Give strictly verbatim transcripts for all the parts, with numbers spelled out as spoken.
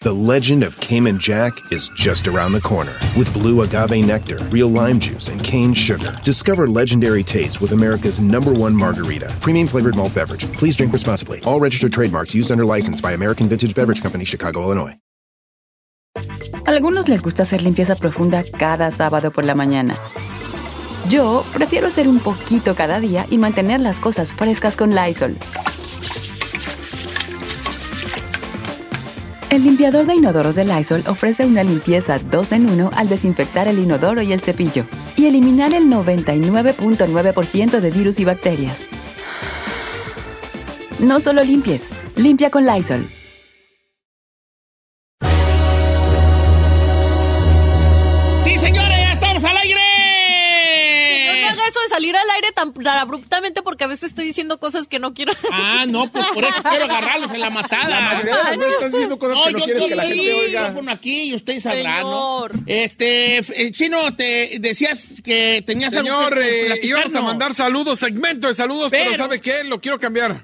The legend of Cayman Jack is just around the corner. With blue agave nectar, real lime juice, and cane sugar. Discover legendary taste with America's number one margarita. Premium flavored malt beverage. Please drink responsibly. All registered trademarks used under license by American Vintage Beverage Company, Chicago, Illinois. A algunos les gusta hacer limpieza profunda cada sábado por la mañana. Yo prefiero hacer un poquito cada día y mantener las cosas frescas con Lysol. El limpiador de inodoros de Lysol ofrece una limpieza dos en uno al desinfectar el inodoro y el cepillo y eliminar el noventa y nueve punto nueve por ciento de virus y bacterias. No solo limpies, limpia con Lysol. ¡Sí, señores! ¡Ya estamos al aire! No haga eso de salir al aire tan, tan abruptamente porque a veces estoy diciendo cosas que no quiero. Ah, no, pues por eso quiero agarrarlos en la matada. La mayoría de las veces estás diciendo cosas no, que no quieres que la gente oiga. El micrófono aquí y ustedes sabrán, ¿no? Señor. Este, eh, Chino, te decías que tenías Señor, algo que eh, platicarnos. íbamos a mandar saludos, segmento de saludos, pero, Pero- ¿sabe qué? Lo quiero cambiar.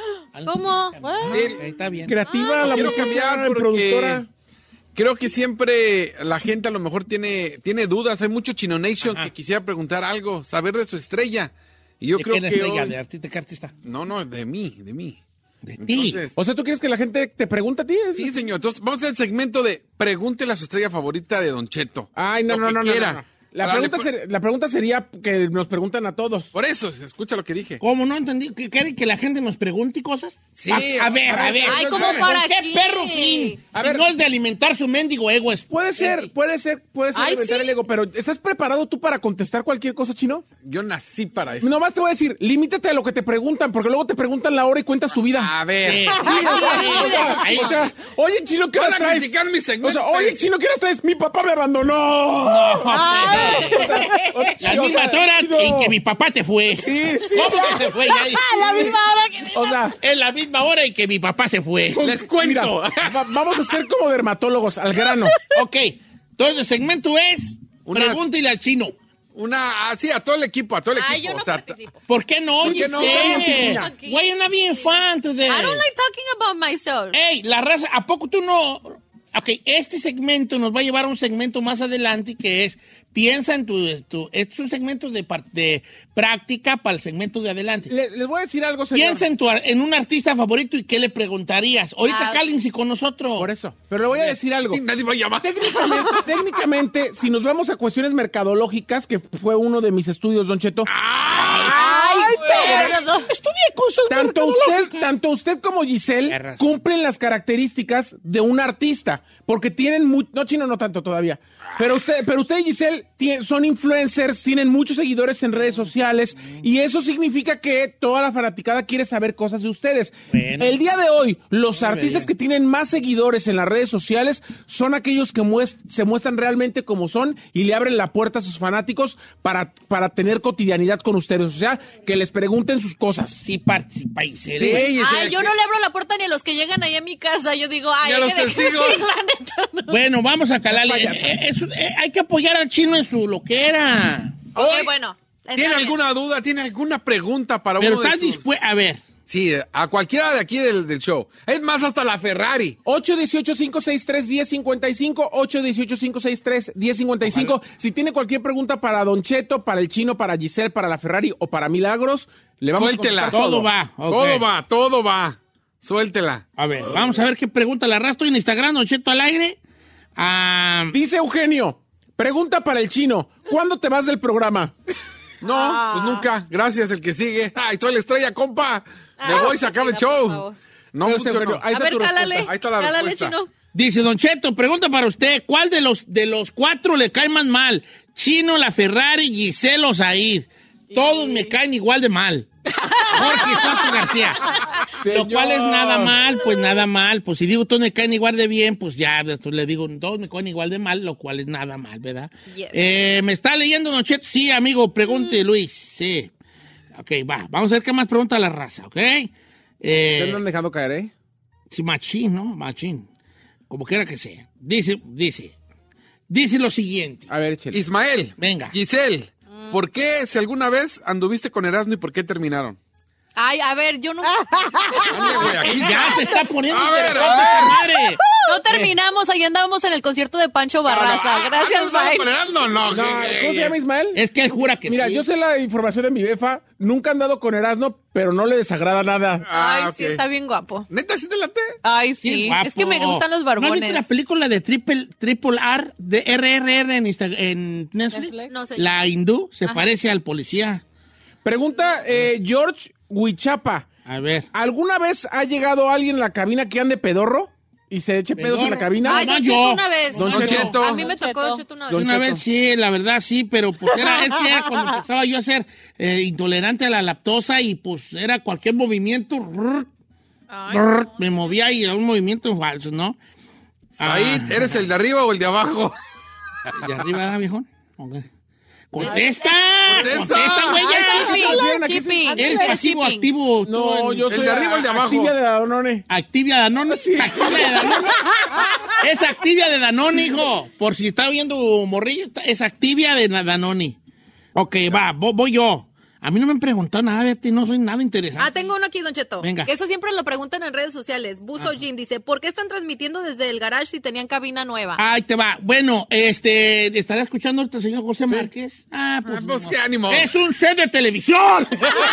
¿Cómo? Sí, Está bien. Creativa, lo la quiero muchacha, cambiar porque productora. creo que siempre la gente a lo mejor tiene, tiene dudas. Hay mucho Chino Nation Ajá. que quisiera preguntar algo, saber de su estrella. Y yo ¿De creo quién que estrella? hoy- ¿De artista? ¿Qué artista? No, no, de mí, de mí. De ti. Entonces, O sea, ¿tú quieres que la gente te pregunte a ti? ¿Es- sí, señor. Entonces, vamos a hacer el segmento de pregúntele a su estrella favorita de Don Cheto. Ay, no, Lo no, que no, no, quiera. no, no. La, Ahora, pregunta le ser- la pregunta sería que nos preguntan a todos. Por eso, se escucha lo que dije. ¿Cómo no entendí? ¿Que ¿Quieren que la gente nos pregunte cosas? Sí, A, a ver, a ver. Ay, ¿cómo ¿Con para qué qué? perro fin? A Si ver. no es de alimentar su mendigo ego. Es... Puede ser, puede ser, puede ser Ay, alimentar sí. el ego, pero ¿estás preparado tú para contestar cualquier cosa, Chino? Yo nací para eso. Nomás te voy a decir, límitate a lo que te preguntan, porque luego te preguntan la hora y cuentas tu vida. A ver. Sí. Sí, o sea, sí, o sea, eso sí. o sea, oye, Chino, ¿qué Van horas a traes? criticar mi O segmento. sea, oye, Chino, ¿qué horas traes? Mi papá me abandonó. Ay. O sea, o- Las o sea, mismas horas Chino. en que mi papá te fue. Sí, sí. ¿Cómo que se fue? Ya, A la misma hora que... O sea, es la misma hora en que mi papá se fue. Les cuento. mira, va- vamos a ser como dermatólogos, al grano. Ok, entonces el segmento es Una- pregúntale al Chino. Una, así, a todo el equipo, a todo el equipo. Ay, yo no o sea, participo. ¿Por qué no? ¿Por qué no? Giselle? Ok. Why you not being fun today? I don't like talking about myself. Ey, la raza, ¿a poco tú no? Ok, este segmento nos va a llevar a un segmento más adelante que es, piensa en tu, tu este es un segmento de, par- de práctica para el segmento de adelante. Le- les voy a decir algo, señor. Piensa en, tu, ar- en un artista favorito y qué le preguntarías. Ahorita Ah. cállense con nosotros. Por eso. Pero le voy a decir algo. y nadie va a llamar. Técnicamente, técnicamente, si nos vamos a cuestiones mercadológicas, que fue uno de mis estudios, Don Cheto, Ay, perdón. Estudia cosas tanto mercadológicas. usted, tanto usted como Giselle Tienes razón. cumplen las características de un artista, porque tienen mu- no Chino no tanto todavía, pero usted, pero usted y Giselle tie- son influencers, tienen muchos seguidores en redes sociales y eso significa que toda la fanaticada quiere saber cosas de ustedes. Bueno. El día de hoy, los Muy artistas bien. que tienen más seguidores en las redes sociales son aquellos que muest- se muestran realmente como son y le abren la puerta a sus fanáticos para, para tener cotidianidad con ustedes, o sea, que les pregunten sus cosas. Sí participa y se Sí, debe. y Ay, se- yo no le abro la puerta ni a los que llegan ahí a mi casa. Yo digo, ay, Ni a hay los que dejar- testigos. Sí, la neta, no. Bueno, vamos a calarle. Payasa. Eh, eh, es- eh, hay que apoyar al Chino en su loquera. Ok, Hoy, bueno. está ¿Tiene bien. alguna duda? ¿Tiene alguna pregunta para Pero uno de estás sus- dispuesto. A ver. Sí, a cualquiera de aquí del, del show. Es más, hasta la Ferrari. ocho uno ocho, cinco seis tres, uno cero cinco cinco, ocho uno ocho, cinco seis tres, uno cero cinco cinco. Si tiene cualquier pregunta para Don Cheto, para el Chino, para Giselle, para la Ferrari o para Milagros, le vamos Suéltela. a contestar Todo va. ok. Todo va, todo va. Suéltela. A ver, vamos a ver qué pregunta la arrastro en Instagram, Don Cheto al aire. Ah, Dice Eugenio, pregunta para el Chino, ¿cuándo te vas del programa? No, Ah. pues nunca. Gracias, el que sigue. Ay, soy la estrella, compa. Me Ah, voy, se acaba el por show. favor. No Entonces, funcionó. Eugenio, ahí A está ver, tu cálale. respuesta. Ahí está la Cálale, respuesta. Chino. dice Don Cheto, pregunta para usted, ¿cuál de los de los cuatro le cae más mal? Chino, la Ferrari, Giselle o Zahir. Todos me caen igual de mal. Jorge Soto García. Lo cual es nada mal, pues nada mal. Pues si digo todos me caen igual de bien, pues ya, pues, le digo todos me caen igual de mal, lo cual es nada mal, ¿verdad? Yes. Eh, ¿Me está leyendo, Don Cheto? Sí, amigo, pregunte, Luis. Sí. Ok, va. Vamos a ver qué más pregunta la raza, ¿ok? Ustedes Eh, no han dejado caer, ¿eh? sí, machín, ¿no? Machín. Como quiera que sea. Dice, dice. Dice lo siguiente. A ver, échale. Ismael. Venga. Giselle, ¿por qué, si alguna vez anduviste con Erasmo y por qué terminaron? Ay, a ver, yo no... Ándale, güey, aquí Ya está. se está poniendo A ver, interesante a ver. esta madre. No terminamos, ahí andábamos en el concierto de Pancho Barraza. Gracias, bye. No, no, No, ¿cómo se llama Ismael? Es que él jura que Mira, sí. yo sé la información de mi befa. Nunca han dado con Erasmo, pero no le desagrada nada. Ah, Ay, ok. sí, está bien guapo. ¿Neta sí te late? Ay, Qué sí. guapo. Es que me gustan los ¿No has barbones. visto la película de Triple, Triple R, de R R R en, Insta- en Netflix? Netflix. No sé. La hindú se Ajá. parece al policía. Pregunta eh, George Huichapa. A ver. ¿Alguna vez ha llegado alguien en la cabina que ande pedorro y se eche pedos en la ¿Pedorro? cabina? Ay, No, Don yo. Cheto una vez. Don Don Cheto. Cheto. A mí me tocó Don Cheto una vez. Don Una Cheto. vez sí, la verdad sí, pero pues era, es que era cuando empezaba yo a ser eh, intolerante a la lactosa y pues era cualquier movimiento, rrr, Ay, rrr, no. me movía y era un movimiento falso, ¿no? Ahí, Ah, ¿eres el de arriba o el de abajo? ¿de arriba, viejón? Ok. ¡Contesta! ¡Contesta! ¡Contesta, güey! Ay, ya! Chipping, Chipping, Chipping. ¿Eres Eres pasivo Chipping. activo? tú No, en- yo ¿El soy de arriba o el de abajo? Activia de Danone. Activia Danone. Sí. Activia de Danone. Es Activia de Danone, hijo. Por si está viendo morrillo, es Activia de Danone. Ok, va, vo- voy yo. A mí no me han preguntado nada, Betty, no soy nada interesante. Ah, tengo uno aquí, Don Cheto. Venga. Que eso siempre lo preguntan en redes sociales. Buzo Jim dice, ¿por qué están transmitiendo desde el garage si tenían cabina nueva? Ahí te va. Bueno, este, ¿estará escuchando ahorita el señor José Márquez? Ah, pues, Ah, pues, no. qué ánimo. Es un set de televisión.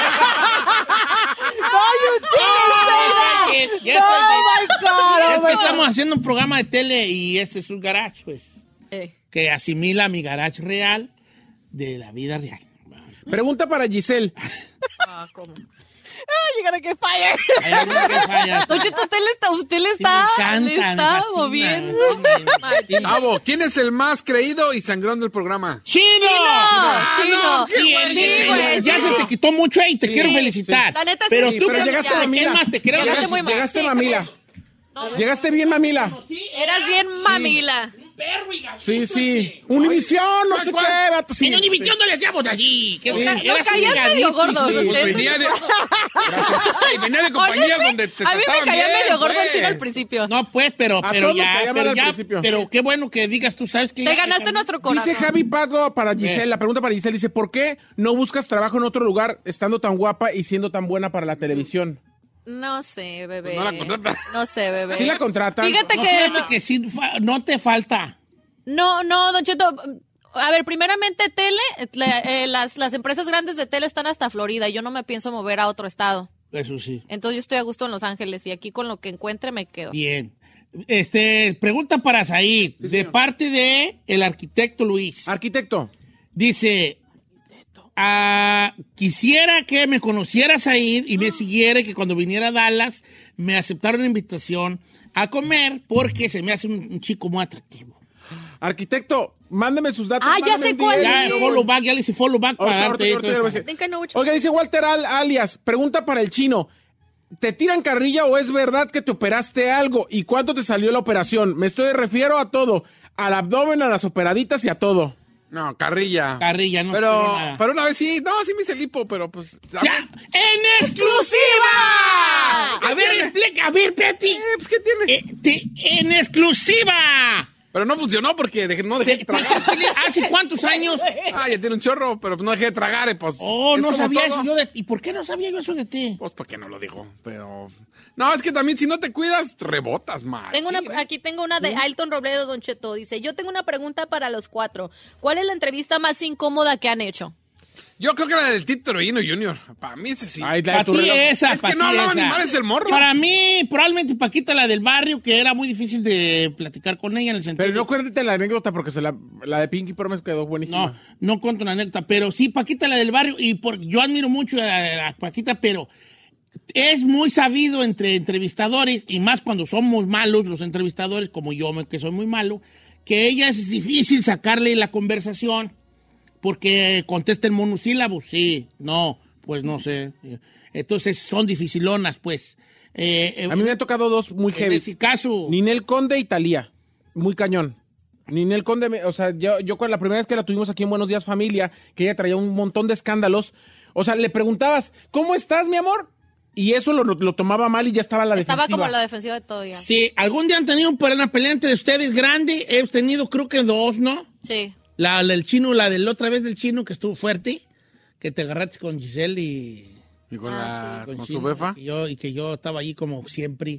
Ya es el de- Es que estamos haciendo un programa de tele y este es un garage, pues, Eh. que asimila mi garage real de la vida real. Pregunta para Giselle. Ah, ¿cómo? Hay algo que falla. Don Cheto, usted le está, usted le Sí, me está, encanta, le me está fascina, moviendo. me fascina, me fascina. Bravo, ¿quién es el más creído y sangrón del programa? ¡Chino! Chino. Sí, Sí, sí, güey, ya sí. se te quitó mucho y te Sí, quiero sí. felicitar. La neta, sí. pero Sí, tú, pero ¿qué- llegaste ¿qué mamila. más te quiero Llegaste decir? muy mal. Llegaste Sí, mamila. Llegaste bien mamila. Eras bien mamila. Perro y gallito, Sí, sí. este. Univisión, no sé ¿cuál? qué, vato. Sí. En Univisión no le hacíamos así. Que Nos eras caías un medio galladito, gordo. sí. Pues usted. venía de, Ay, venía de compañías Honestly, donde te a mí me trataban caía bien, medio gordo el pues. chino al principio. No, pues, pero, A pero todos nos ya, caía mal pero al ya, principio. pero qué bueno que digas, tú sabes que... Te ya- ganaste nuestro corazón. Dice Javi Pago para Giselle, la pregunta para Giselle dice, ¿por qué no buscas trabajo en otro lugar estando tan guapa y siendo tan buena para la televisión? No sé, bebé. Pues no la contratan. No sé, bebé. Sí la contratan. Fíjate No, que... fíjate no- que sí, fa- no te falta. No, no, Don Cheto. A ver, primeramente tele, la- eh, las, las empresas grandes de tele están hasta Florida y yo no me pienso mover a otro estado. Eso sí. Entonces yo estoy a gusto en Los Ángeles y aquí con lo que encuentre me quedo. Bien. Este, pregunta para Said, de parte de el arquitecto Luis. Arquitecto. Dice, ah, quisiera que me conociera Said y me siguiera y que cuando viniera a Dallas me aceptara una invitación a comer porque se me hace un, un chico muy atractivo. Arquitecto, mándeme sus datos. Ah, ya mándame sé un cuál D M. Ya, es. follow back, ya le hice follow back para Ahorita, darte. ahorita, ahorita, ahorita. Think I know which one. Oiga, dice Walter Al- alias, pregunta para el chino. ¿Te tiran carrilla o es verdad que te operaste algo? ¿Y cuánto te salió la operación? Me estoy refiero a todo. Al abdomen, a las operaditas y a todo. No, carrilla. Carrilla, no sé Pero, nada. pero una vez sí, no, sí me hice lipo, pero pues... a ¡Ya! ver, ¡En exclusiva! A ver, explica, a ver, Betty. eh, pues, ¿qué tiene? Eh, te- ¡En exclusiva! Pero no funcionó porque dejé- no dejé de Te- tragar. te- ¿Hace cuántos años? Ah, ya tiene un chorro, pero no dejé de tragar, eh, pues. Oh, es no como sabía todo. eso yo de ti. ¿Y por qué no sabía yo eso de ti? Pues porque no lo dijo, pero... No, es que también si no te cuidas, rebotas, mal. Tengo una, aquí tengo una de Ailton Robledo, Don Cheto. Dice, yo tengo una pregunta para los cuatro. ¿Cuál es la entrevista más incómoda que han hecho? Yo creo que la del Tito Troino Junior Para mí ese sí. Ay, la de Para tu ti reloj. esa, Es pa' que no ti hablaba esa. ni madres el morro. Para mí, probablemente Paquita, la del barrio, que era muy difícil de platicar con ella en el sentido... Pero no cuérdate la anécdota porque se la, la de Pinky Promise quedó buenísima. No, no cuento una anécdota, pero sí, Paquita, la del barrio, y por, yo admiro mucho a, a Paquita, pero es muy sabido entre entrevistadores, y más cuando somos malos los entrevistadores, como yo, que soy muy malo, que ella es difícil sacarle la conversación, porque contesta en monosílabos, sí, no, pues no sé. Entonces son dificilonas, pues. Eh, eh, A mí me han tocado dos muy en heavy. ese caso... Ninel Conde y Talía. Muy cañón. Ninel Conde, me- o sea, yo, yo con la primera vez que la tuvimos aquí en Buenos Días Familia, que ella traía un montón de escándalos, o sea, le preguntabas, ¿cómo estás, mi amor? Y eso lo, lo tomaba mal y ya estaba a la Estaba defensiva. como la defensiva de todo ya. Sí, algún día han tenido una pelea entre ustedes grande, he tenido creo que dos, ¿no? Sí. La del chino, la de la otra vez del chino que estuvo fuerte, que te agarraste con Giselle y Y con, Ah, la, con con su Chino, befa. Y, yo, y que yo estaba allí como siempre.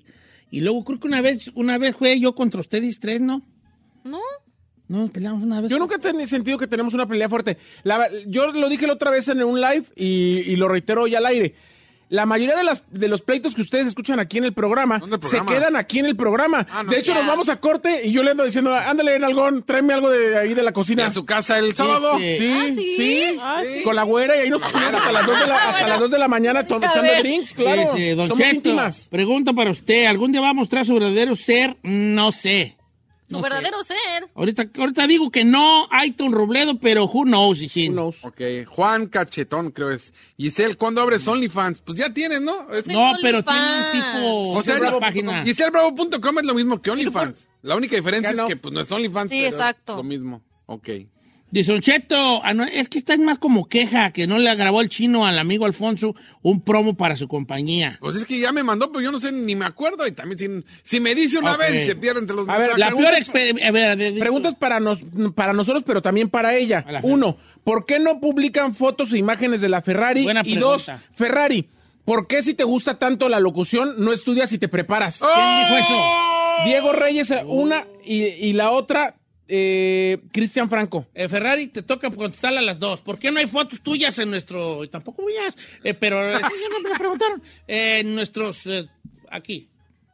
Y luego creo que una vez, una vez fue yo contra ustedes tres, ¿no? ¿No? No, nos peleamos una vez. Yo nunca he sentido que tenemos una pelea fuerte. La- yo lo dije la otra vez en un live y, y lo reitero hoy al aire. La mayoría de, las, de los pleitos que ustedes escuchan aquí en el programa, ¿Dónde el se programa? quedan aquí en el programa. Ah, no, de hecho, ya. nos vamos a corte y yo le ando diciendo, ándale, en algón, tráeme algo de ahí de la ¿Y cocina. a su casa el sábado? Sí. Sí, ¿Ah, sí? sí, Ah, sí. con la güera y ahí nos ponemos hasta las dos de la, hasta las dos de la mañana to- A echando ver. drinks, claro. Sí, sí, don Somos Cheto, íntimas. pregunta para usted. ¿Algún día va a mostrar su verdadero ser? No sé. Su No sé. verdadero ser. Ahorita, ahorita digo que no, Aiton Robledo, pero who knows, hijín. Who knows? Ok, Juan Cachetón, creo es. Giselle, ¿cuándo abres OnlyFans? Pues ya tienes, ¿no? Es- No, Tengo pero tiene un OnlyFans. tipo... o sea, una ya- página. Giselle Bravo punto com es lo mismo que OnlyFans. La única diferencia Ya no. es que pues no es OnlyFans, Sí, pero exacto. es lo mismo. Ok. Dice Don Cheto, ah, no, es que está más como queja que no le grabó el chino al amigo Alfonso un promo para su compañía. Pues es que ya me mandó, pero yo no sé, ni me acuerdo. Y también si, si me dice una Ok. vez y se pierde entre los A ver, mensajes. La pregunta- peor experiencia... A ver, de- de- Preguntas para, nos, para nosotros, pero también para ella. A la Uno, ¿por qué no publican fotos e imágenes de la Ferrari? Buena Y dos, pregunta. Ferrari, ¿por qué si te gusta tanto la locución no estudias y te preparas? ¿Quién dijo eso? Diego Reyes, una, y, y la otra, eh, Cristian Franco. Eh, Ferrari, te toca contestarle a las dos. ¿Por qué no hay fotos tuyas en nuestro... Tampoco mías, eh, pero eh, sí, ya no me la preguntaron. Eh, en nuestros... eh, aquí.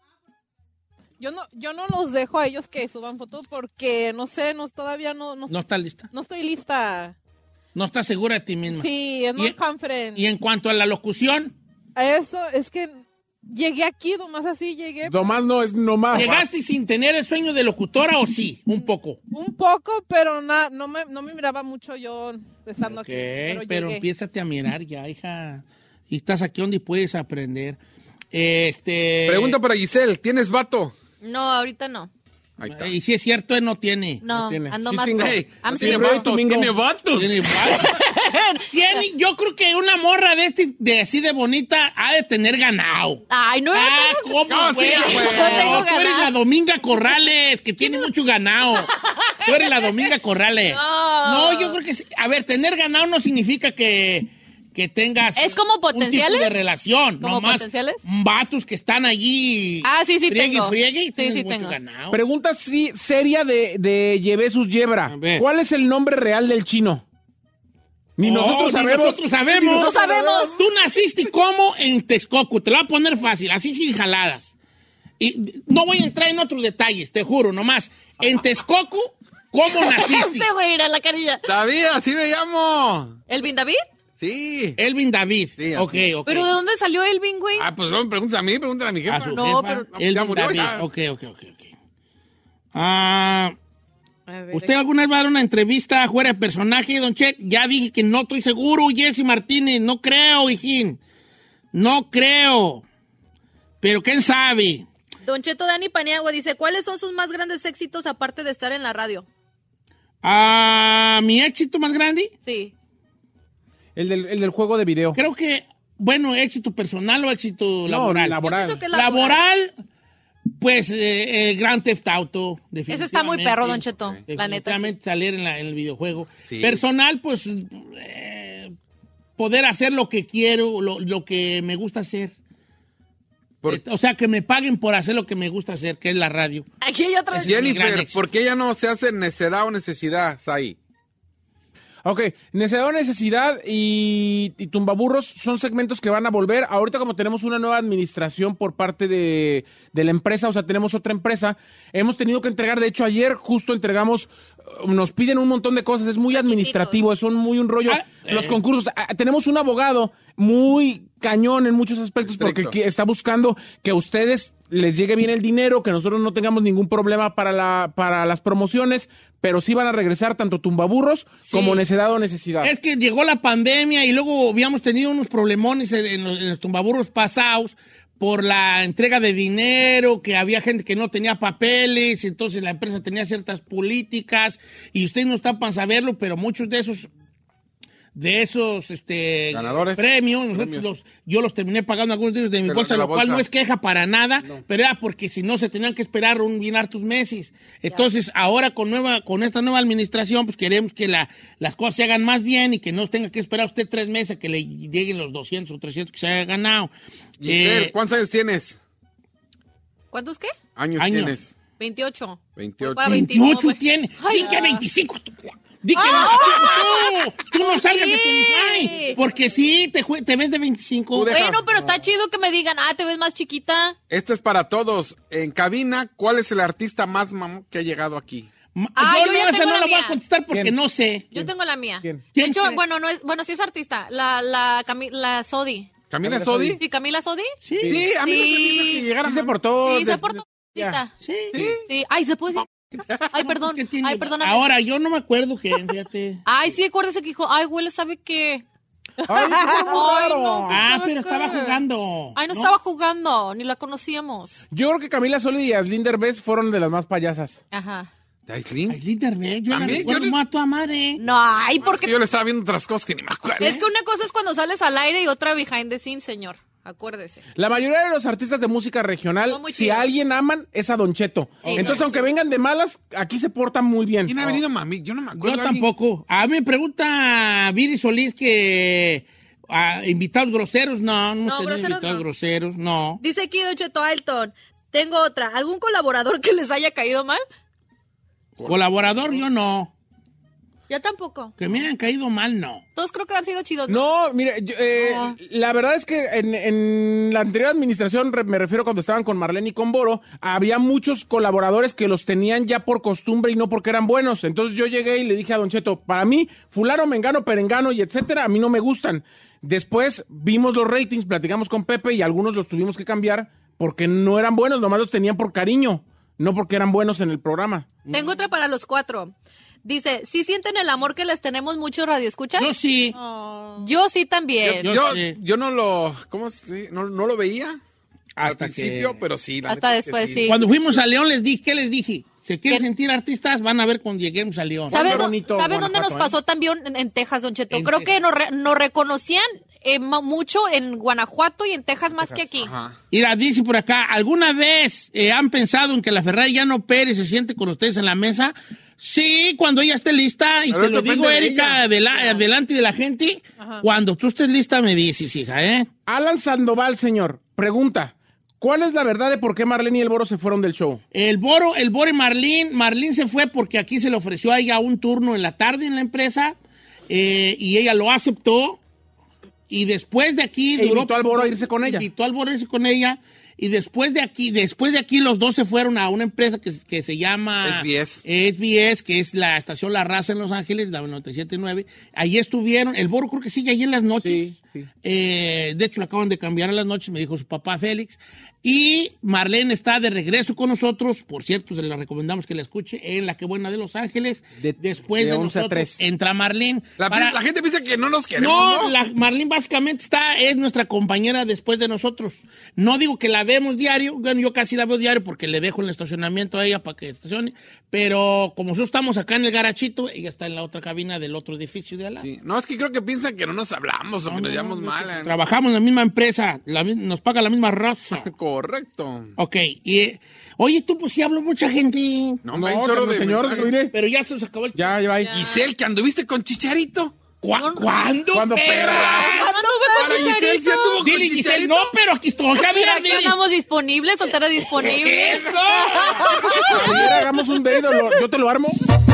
Yo no, yo no los dejo a ellos que suban fotos porque no sé, no todavía no, no, ¿No estás lista? no estoy lista. ¿No estás segura de ti misma? Sí, es Y- muy confident. Y en cuanto a la locución, A eso es que llegué aquí, nomás así llegué. Nomás no es nomás. ¿llegaste sin tener el sueño de locutora o sí? Un poco. Un poco, pero na, no, me, no me miraba mucho yo estando Ok, aquí. Pero, pero llegué. empiézate a mirar ya, hija. Y estás aquí donde puedes aprender. Este... Pregunta para Giselle, ¿tienes vato? No, ahorita no. Ahí está. Y si es cierto, él no tiene. No, tiene. ando Sí, más. single. Hey, I'm tiene single. vato, Domingo. tiene vatos. Tiene vato. Tiene- yo creo que una morra de este, de así de bonita, ha de tener ganado. Ay, no, Ah, no tengo- ¿cómo, No, güey? sí, güey. No tengo Tú eres ganado. la Dominga Corrales, que tiene mucho ganado. Tú eres la Dominga Corrales. No. No, yo creo que sí. A ver, tener ganado no significa que, que tengas... ¿Es como un potenciales? tipo de relación. ¿Como Nomás potenciales? vatos que están allí... Ah, sí, sí friegue tengo. y friegue y Sí, tienen sí mucho tengo. ganado. Pregunta sí, seria de, de Yebesus Yebra. A ver. ¿Cuál es el nombre real del chino? Ni Oh, nosotros ni sabemos. nosotros sabemos. Ni nosotros No sabemos. Tú naciste como en Texcoco. Te lo voy a poner fácil, así sin jaladas. Y no voy a entrar en otros detalles, te juro, nomás. En Texcoco, ¿cómo naciste? Este güey era la carilla. David, así me llamo. ¿Elvin David? Sí. Elvin David. Sí, así. ok, ok. ¿Pero de dónde salió Elvin, güey? Ah, pues no me preguntes a mí, pregúntale a mi jefa. A su No, jefa, pero- Elvin Ya murió, David. ya. Ok, ok, ok, ok. Ah, A ver, ¿usted alguna vez va a dar una entrevista fuera de personaje, don Che? Ya dije que no estoy seguro, Jesse Martínez. No creo, hijín. No creo. Pero quién sabe. Don Cheto Dani Paniagua dice, ¿cuáles son sus más grandes éxitos aparte de estar en la radio? Ah, mi éxito más grande, Sí. El del, el del juego de video. creo que, bueno, éxito personal o éxito No, laboral. laboral. Yo pienso que Laboral, pues, eh, el Grand Theft Auto. Ese está muy perro, Don Cheto, la neta, Definitivamente salir en, la- en el videojuego. Sí. Personal, pues, eh, poder hacer lo que quiero, lo, lo que me gusta hacer. Por- Eh, O sea, que me paguen por hacer lo que me gusta hacer, que es la radio. Aquí hay otra. Es mi gran Jennifer, éxito. ¿por qué ella no se hace necedad o necesidad, Sai? Ok, necesidad o necesidad y, y tumbaburros son segmentos que van a volver. Ahorita como tenemos una nueva administración por parte de, de la empresa, o sea, tenemos otra empresa, hemos tenido que entregar, de hecho ayer justo entregamos, uh, nos piden un montón de cosas, es muy Requisitos. administrativo, son muy un rollo. Ah, Los eh. concursos, ah, tenemos un abogado muy cañón en muchos aspectos porque Estricto. qui- está buscando que a ustedes les llegue bien el dinero, que nosotros no tengamos ningún problema para, la, para las promociones, pero sí van a regresar tanto tumbaburros como necedad o necesidad. Es que llegó la pandemia y luego habíamos tenido unos problemones en, en los, en los tumbaburros pasados por la entrega de dinero, que había gente que no tenía papeles, entonces la empresa tenía ciertas políticas y ustedes no están para saberlo, pero muchos de esos de esos este Ganadores. premios, nosotros Premios. los- yo los terminé pagando algunos de ellos de mi De la- bolsa, de la lo cual bolsa. no es queja para nada, pero era porque si no se tenían que esperar un bien hartos meses. Entonces, ahora con nueva con esta nueva administración, pues queremos que la, las cosas se hagan más bien y que no tenga que esperar usted tres meses a que le lleguen los doscientos o trescientos que se haya ganado. Giselle, Eh, ¿cuántos años tienes? ¿Cuántos qué? Años, Años. tienes. veintiocho. veintiocho. Voy para veintiuno, veintiocho güey. tiene. Ay, Di que no. veinticinco. tú. Di que ¡Ah! veinticinco tú. Tú no salgas de tu Sí. Ay, porque sí, te, jue- te ves de veinticinco. Tú deja- Bueno, pero está chido que me digan, ah, te ves más chiquita. Este es para todos. En cabina, ¿cuál es el artista más mamón que ha llegado aquí? Ma- Ah, yo yo no, ya esa tengo no la la voy a mía. contestar porque ¿Quién? no sé. Yo tengo la mía. ¿Quién? De ¿Quién hecho, crees? bueno, no es, bueno, sí es artista. La, la, Cami- la Sodi. ¿Camila Camila Sodi? Sodi. Sí, Camila Sodi. Sí. Sí, a mí no se me Sí. hizo que llegara Sí se mamón. portó. Sí, se des- portó. ya. Sí. Sí. Sí. Ay, ¿se puede decir? Ay, perdón. ¿Qué tiene? Ay, perdóname. Ahora, yo no me acuerdo que, fíjate. Ay, sí, acuérdese que dijo, ay, güey, ¿sabe qué? Ay, qué muy Ay, raro. no. Ah, ¿sabe pero qué? estaba jugando. Ay, no, estaba jugando, ni la conocíamos. Yo creo que Camila Sodi y Aslin Derbez fueron de las más payasas. Ajá. ¿Aislinn? Ay, Linderberg, yo ¿A la mí? recuerdo Yo- más a tu madre. No, ay, Porque porque yo le estaba viendo otras cosas que ni me acuerdo. es que una cosa es cuando sales al aire y otra behind the scenes, señor. Acuérdese. La mayoría de los artistas de música regional, Son muy si chidos. a alguien aman, es a Don Cheto. Sí, Entonces, son aunque vengan de malas, aquí se portan muy bien. ¿Quién ha venido, mami? Yo no me Yo acuerdo. de alguien. tampoco. A mí me pregunta Viri Solís que ah, invitados groseros, no, no, hemos No, tenido groseros invitados no. groseros, no. Dice aquí Don Cheto Alton. Tengo otra. ¿Algún colaborador que les haya caído mal? Colaborador, yo no. Ya tampoco. Que me hayan caído mal, no. Todos creo que han sido chidos. ¿no? No, mire, yo, eh, la verdad es que en, en la anterior administración, re- me refiero cuando estaban con Marlene y con Boro, había muchos colaboradores que los tenían ya por costumbre y no porque eran buenos. Entonces yo llegué y le dije a Don Cheto, para mí, fulano, mengano, perengano y etcétera, a mí no me gustan. Después vimos los ratings, platicamos con Pepe y algunos los tuvimos que cambiar porque no eran buenos, nomás los tenían por cariño, no porque eran buenos en el programa. Tengo otra para los cuatro. Dice, ¿sí sienten el amor que les tenemos muchos radioescuchas? Yo sí. Oh. Yo sí también. Yo- Yo, sí. yo no lo. ¿Cómo se No, no lo veía Hasta al principio, que- pero sí. la Hasta neta es que después, sí. Cuando fuimos a León les dije, ¿qué les dije? ¿Se quieren ¿Qué? sentir artistas? Van a ver cuando lleguemos a León. ¿Sabe, Qué dó- bonito ¿sabe dónde nos Guanajuato, pasó también en, en Texas, Don Cheto? En Creo Texas. que nos, re- nos reconocían eh, ma- mucho en Guanajuato y en Texas más que aquí. Ajá. Mira, dice por acá, ¿alguna vez eh, han pensado en que la Ferrari ya no opere y se siente con ustedes en la mesa? Sí, cuando ella esté lista, y Pero te lo depende digo, de Erika, ella. de la- delante de la gente, cuando tú estés lista me dices, hija, ¿eh? Alan Sandoval, señor, pregunta, ¿cuál es la verdad de por qué Marlene y el Boro se fueron del show? El Boro, el Boro y Marlene, Marlene se fue porque aquí se le ofreció a ella un turno en la tarde en la empresa, eh, y ella lo aceptó, y después de aquí E duró... invitó al Boro a irse con ella. Invitó al Boro a irse con ella, y después de aquí, después de aquí los dos se fueron a una empresa que, que se llama... S B S. S B S, que es la estación La Raza en Los Ángeles, la noventa y siete punto nueve. Allí estuvieron, el Boro creo que sigue allí en las noches. Sí, sí. Eh, de hecho, lo acaban de cambiar a las noches, me dijo su papá Félix. Y Marlene está de regreso con nosotros. Por cierto, se la recomendamos que la escuche en La Que Buena de Los Ángeles. De- Después de de, once a nosotros tres. entra Marlene. La, Para- la gente piensa que no nos queremos. no, No, la Marlene básicamente está, es nuestra compañera después de nosotros. No digo que la vemos diario, bueno, yo casi la veo diario porque le dejo en el estacionamiento a ella para que estacione, pero como nosotros estamos acá en el garachito, ella está en la otra cabina del otro edificio de al lado. Sí. No, es que creo que piensan que no nos hablamos o que No, nos no, llamamos no, mal. que ¿eh? Trabajamos en la misma empresa, la mi- nos paga la misma raza. Correcto. Ok, y, eh, oye, tú pues sí hablo mucha gente, No, No, me hay un chorro Carlos, de señor, mensajes. mire. pero ya se nos acabó el... Ya, ya va. Giselle, que anduviste con Chicharito. ¿Cuá- ¿Cuándo, ¿Cuándo, perra? perra? ¿Cuándo fue Para con Giselle, ¿sí Chicharito? anduvo con Dile, Giselle, Chicharito? no, pero aquí estoy, Javier, Mira, aquí dile. andamos disponibles, soltera disponible. ¡Eso! Ayer hagamos un dedo, lo- yo te lo armo.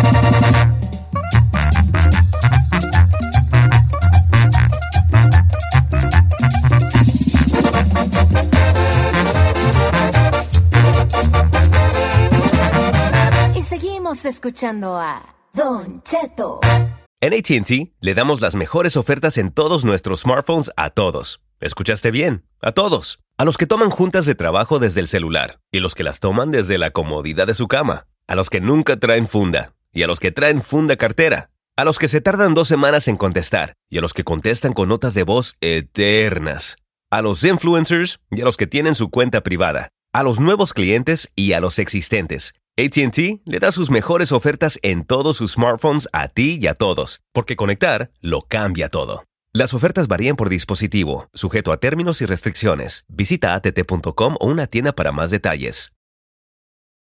Y seguimos escuchando a Don Cheto. En A T and T le damos las mejores ofertas en todos nuestros smartphones a todos. ¿Escuchaste bien? A todos. A los que toman juntas de trabajo desde el celular y los que las toman desde la comodidad de su cama. A los que nunca traen funda y a los que traen funda cartera. A los que se tardan dos semanas en contestar y a los que contestan con notas de voz eternas. A los influencers y a los que tienen su cuenta privada. A los nuevos clientes y a los existentes. A T and T le da sus mejores ofertas en todos sus smartphones a ti y a todos, porque conectar lo cambia todo. Las ofertas varían por dispositivo, sujeto a términos y restricciones. Visita a t t punto com o una tienda para más detalles.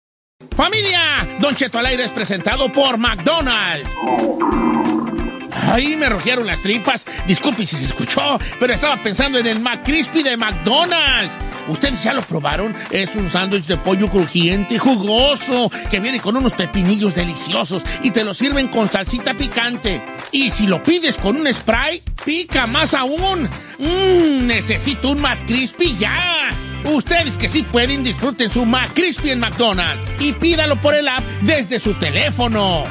Familia, Don Cheto al aire es presentado por McDonald's. Ay, me rugieron las tripas. Disculpe si se escuchó, pero estaba pensando en el McCrispy de McDonald's. ¿Ustedes ya lo probaron? Es un sándwich de pollo crujiente, jugoso, que viene con unos pepinillos deliciosos y te lo sirven con salsita picante. Y si lo pides con un spray, pica más aún. Mmm, necesito un McCrispy ya. Ustedes que sí pueden, disfruten su McCrispy en McDonald's y pídalo por el app desde su teléfono.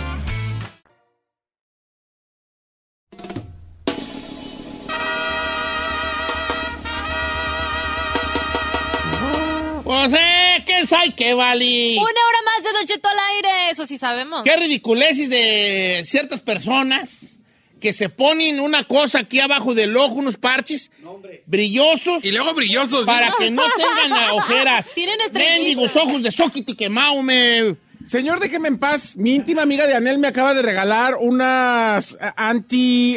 Pues, eh, ¿qué sabe qué vale? Una hora más de Don Cheto al aire, eso sí sabemos. Qué ridiculeces de ciertas personas que se ponen una cosa aquí abajo del ojo, unos parches brillosos. Y luego brillosos. Para que no tengan ojeras. Tienen estrellitas. Mendigos ojos de soquiti quemado, me... Señor, déjeme en paz. Mi íntima amiga de Anel me acaba de regalar unas anti...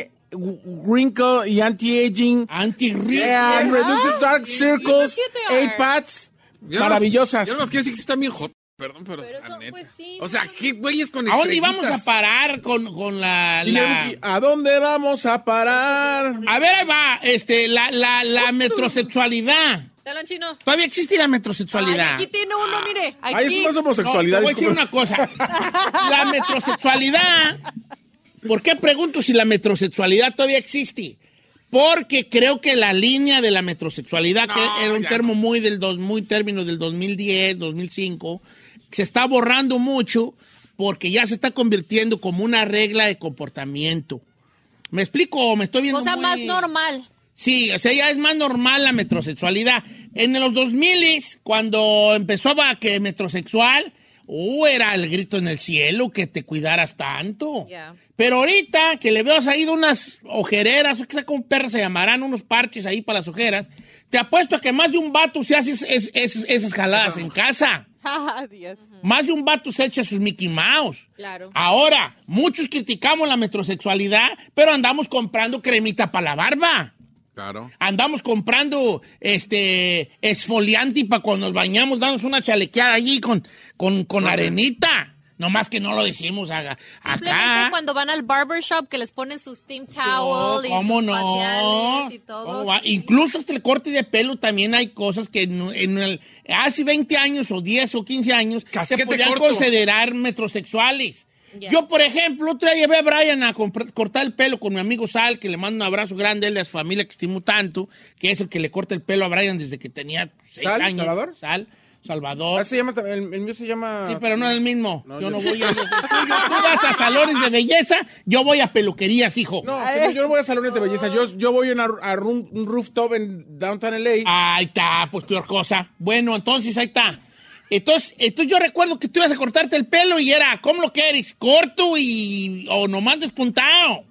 wrinkle y anti-aging. Anti-wrinkle. Yeah, reduces dark circles, eight pads. Yo Maravillosas. Yo no quiero decir que sí están bien hot. Perdón, pero, Pero la eso, neta. pues, sí, o sea, ¿qué güeyes con ¿A dónde estrellitas? íbamos a parar con, con la, Dile, la... Ricky, ¿a dónde vamos a parar? A ver, ahí va, este, la, la, la metrosexualidad. Talón chino. Todavía existe la metrosexualidad. Ay, aquí tiene uno, mire. Aquí. Ahí es más homosexualidad. No, te voy a decir una cosa. La metrosexualidad... ¿Por qué pregunto si la metrosexualidad todavía existe? Porque creo que la línea de la metrosexualidad, No, que era un ya termo no. muy del dos, muy término del dos mil diez, dos mil cinco, se está borrando mucho porque ya se está convirtiendo como una regla de comportamiento. ¿Me explico o me estoy viendo O sea, muy- más normal. Sí, o sea, ya es más normal la metrosexualidad. En los dos mil, cuando empezó a que metrosexual, uh, era el grito en el cielo que te cuidaras tanto. Yeah. Pero ahorita que le veo salido unas ojereras, o que sea como perras se llamarán, unos parches ahí para las ojeras, te apuesto a que más de un vato se hace es- es- es- esas jaladas en casa. Yes. Más de un vato se echa sus Mickey Mouse. Claro. Ahora, muchos criticamos la metrosexualidad, pero andamos comprando cremita para la barba. Claro. Andamos comprando este esfoliante para cuando nos bañamos, damos una chalequeada allí con, con, con arenita. No más que no lo decimos acá. Simplemente cuando van al barbershop que les ponen sus steam towel y ¿Cómo sus no? faciales y ¿Cómo todo. va? Incluso hasta el corte de pelo también hay cosas que en, en el, hace veinte años o diez o quince años se Casquete podían corto. considerar metrosexuales. Yeah. Yo, por ejemplo, otra vez llevé a Brian a comprar- cortar el pelo con mi amigo Sal, que le mando un abrazo grande a él y a su familia que estimo tanto, que es el que le corta el pelo a Brian desde que tenía seis ¿Sal? años. ¿Salvador? Sal, Salvador. Ah, se llama, el, el mío se llama... Sí, pero no es el mismo. No, yo yo- no voy a... Yo, tú, tú vas a salones de belleza, yo voy a peluquerías, hijo. No, señor, yo no voy a salones de belleza. Yo, yo voy a, una- a un, un rooftop en Downtown L A. Ahí está, pues peor cosa. Bueno, entonces ahí está. Entonces, entonces yo recuerdo que tú ibas a cortarte el pelo y era, ¿cómo lo quieres? ¿Corto y o nomás despuntado?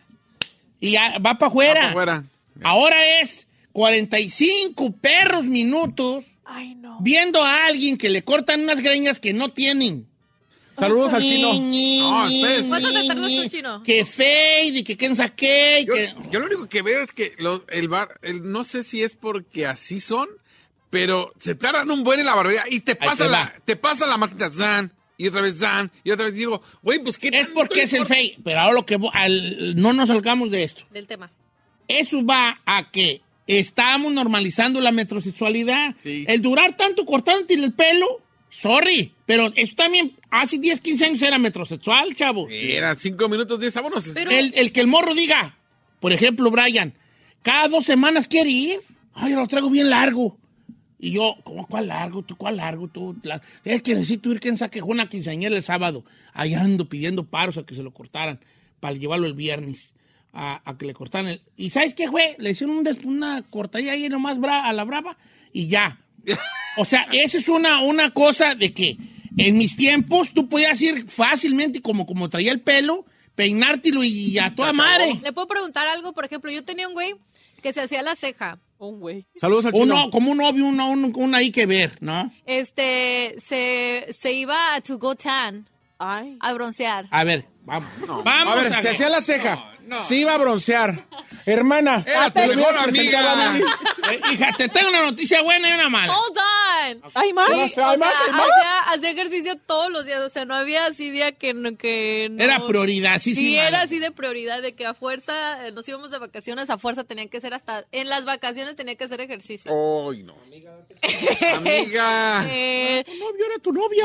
Y ya va para afuera. Va pa' afuera. Ahora es cuarenta y cinco perros minutos Ay, no. viendo a alguien que le cortan unas greñas que no tienen. Saludos al chino. No, espérese. ¿Cuánto te tardas tú, chino? Que fade y que quién sabe qué, y Yo, que... yo lo único que veo es que los- el bar, el- no sé si es porque así son, pero se tardan un buen en la barbería y te pasa te la, va. te pasa la máquina zan, y otra vez zan, y otra vez digo, güey, pues qué Es tanto porque es el importa? fade. Pero ahora lo que... vo- al- no nos salgamos de esto. Del tema. Eso va a que estamos normalizando la metrosexualidad. Sí. El durar tanto cortándote el pelo, sorry, pero eso también hace diez, quince años era metrosexual, chavos. Era cinco minutos, diez, vámonos. Pero- El, el que el morro diga, por ejemplo, Brian, cada dos semanas quiere ir. Ay, lo traigo bien largo. Y yo, ¿cómo cuál largo? ¿Tú cuál largo? Tú, la- es que necesito ir, quien saque una quinceañera el sábado. Ahí ando pidiendo paros a que se lo cortaran para llevarlo el viernes. A, a que le cortaran el... ¿Y sabes qué, güey? Le hicieron un des- una cortadilla ahí nomás bra- a la brava y ya. O sea, esa es una, una cosa de que en mis tiempos tú podías ir fácilmente como, como traía el pelo, peinártelo y a toda madre. ¿Le puedo preguntar algo? Por ejemplo, yo tenía un güey que se hacía la ceja. Un güey. Saludos al chino. Uno, como un novio, uno, uno, uno ahí que ver, ¿no? Este, se, se iba a To Go Tan Ay. a broncear. A ver, vamos. Vamos A ver, a se ver. hacía la ceja. No, no. Se iba a broncear. Hermana. Era te tu lo mejor hubieras presentado amiga. a mí. Eh, hija, te tengo una noticia buena y una mala. Hold Oigan. ¿Hay más? Y, Hay o más, sea, hay más. Hacía, hacía ejercicio todos los días. O sea, no había así día que no. Que no Era prioridad, sí, sí. Sí, mano. era así de prioridad, de que a fuerza eh, nos íbamos de vacaciones, a fuerza tenían que ser hasta. En las vacaciones tenía que hacer ejercicio. Ay, no. Amiga. Eh, Tu novio era tu novia.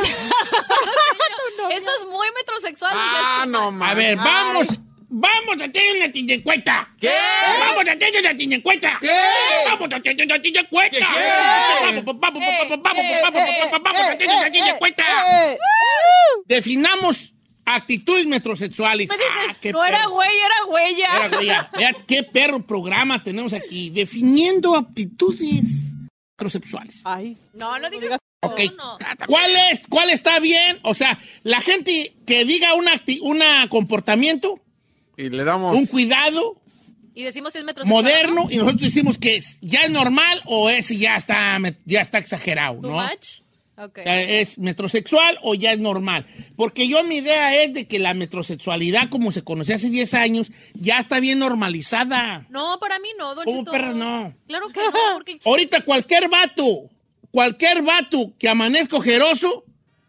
eso es muy metrosexual. Ah, ya no, A man. ver, vamos. Vamos a tener una tiñencuesta. ¿Qué? Vamos a tener una tiñencuesta. ¿Qué? Vamos a tener una tiñencuesta. ¿Qué? Vamos, vamos, vamos, Eh, vamos, vamos, eh, vamos, eh, vamos, vamos a tener una tiñencuesta. Eh, Definamos actitudes metrosexuales. Me dices, Ah, qué no era perro. güey, era huella. Era huella. Vea qué perro programa tenemos aquí. Definiendo actitudes metrosexuales. Ay, No, no digas. Ok. No, no. ¿Cuál es, cuál está bien? O sea, la gente que diga un una comportamiento, Y le damos. un cuidado Y decimos si es metrosexual. moderno, ¿no? y nosotros decimos que es, ya es normal o es ya está, ya está exagerado, Too ¿no? much. Ok. O sea, ¿es metrosexual o ya es normal? Porque yo mi idea es de que la metrosexualidad, como se conocía hace diez años, ya está bien normalizada. No, para mí no, Don ¿Cómo Cheto. perras no? Claro que no, porque... Ahorita cualquier vato, cualquier vato que amanezca ojeroso,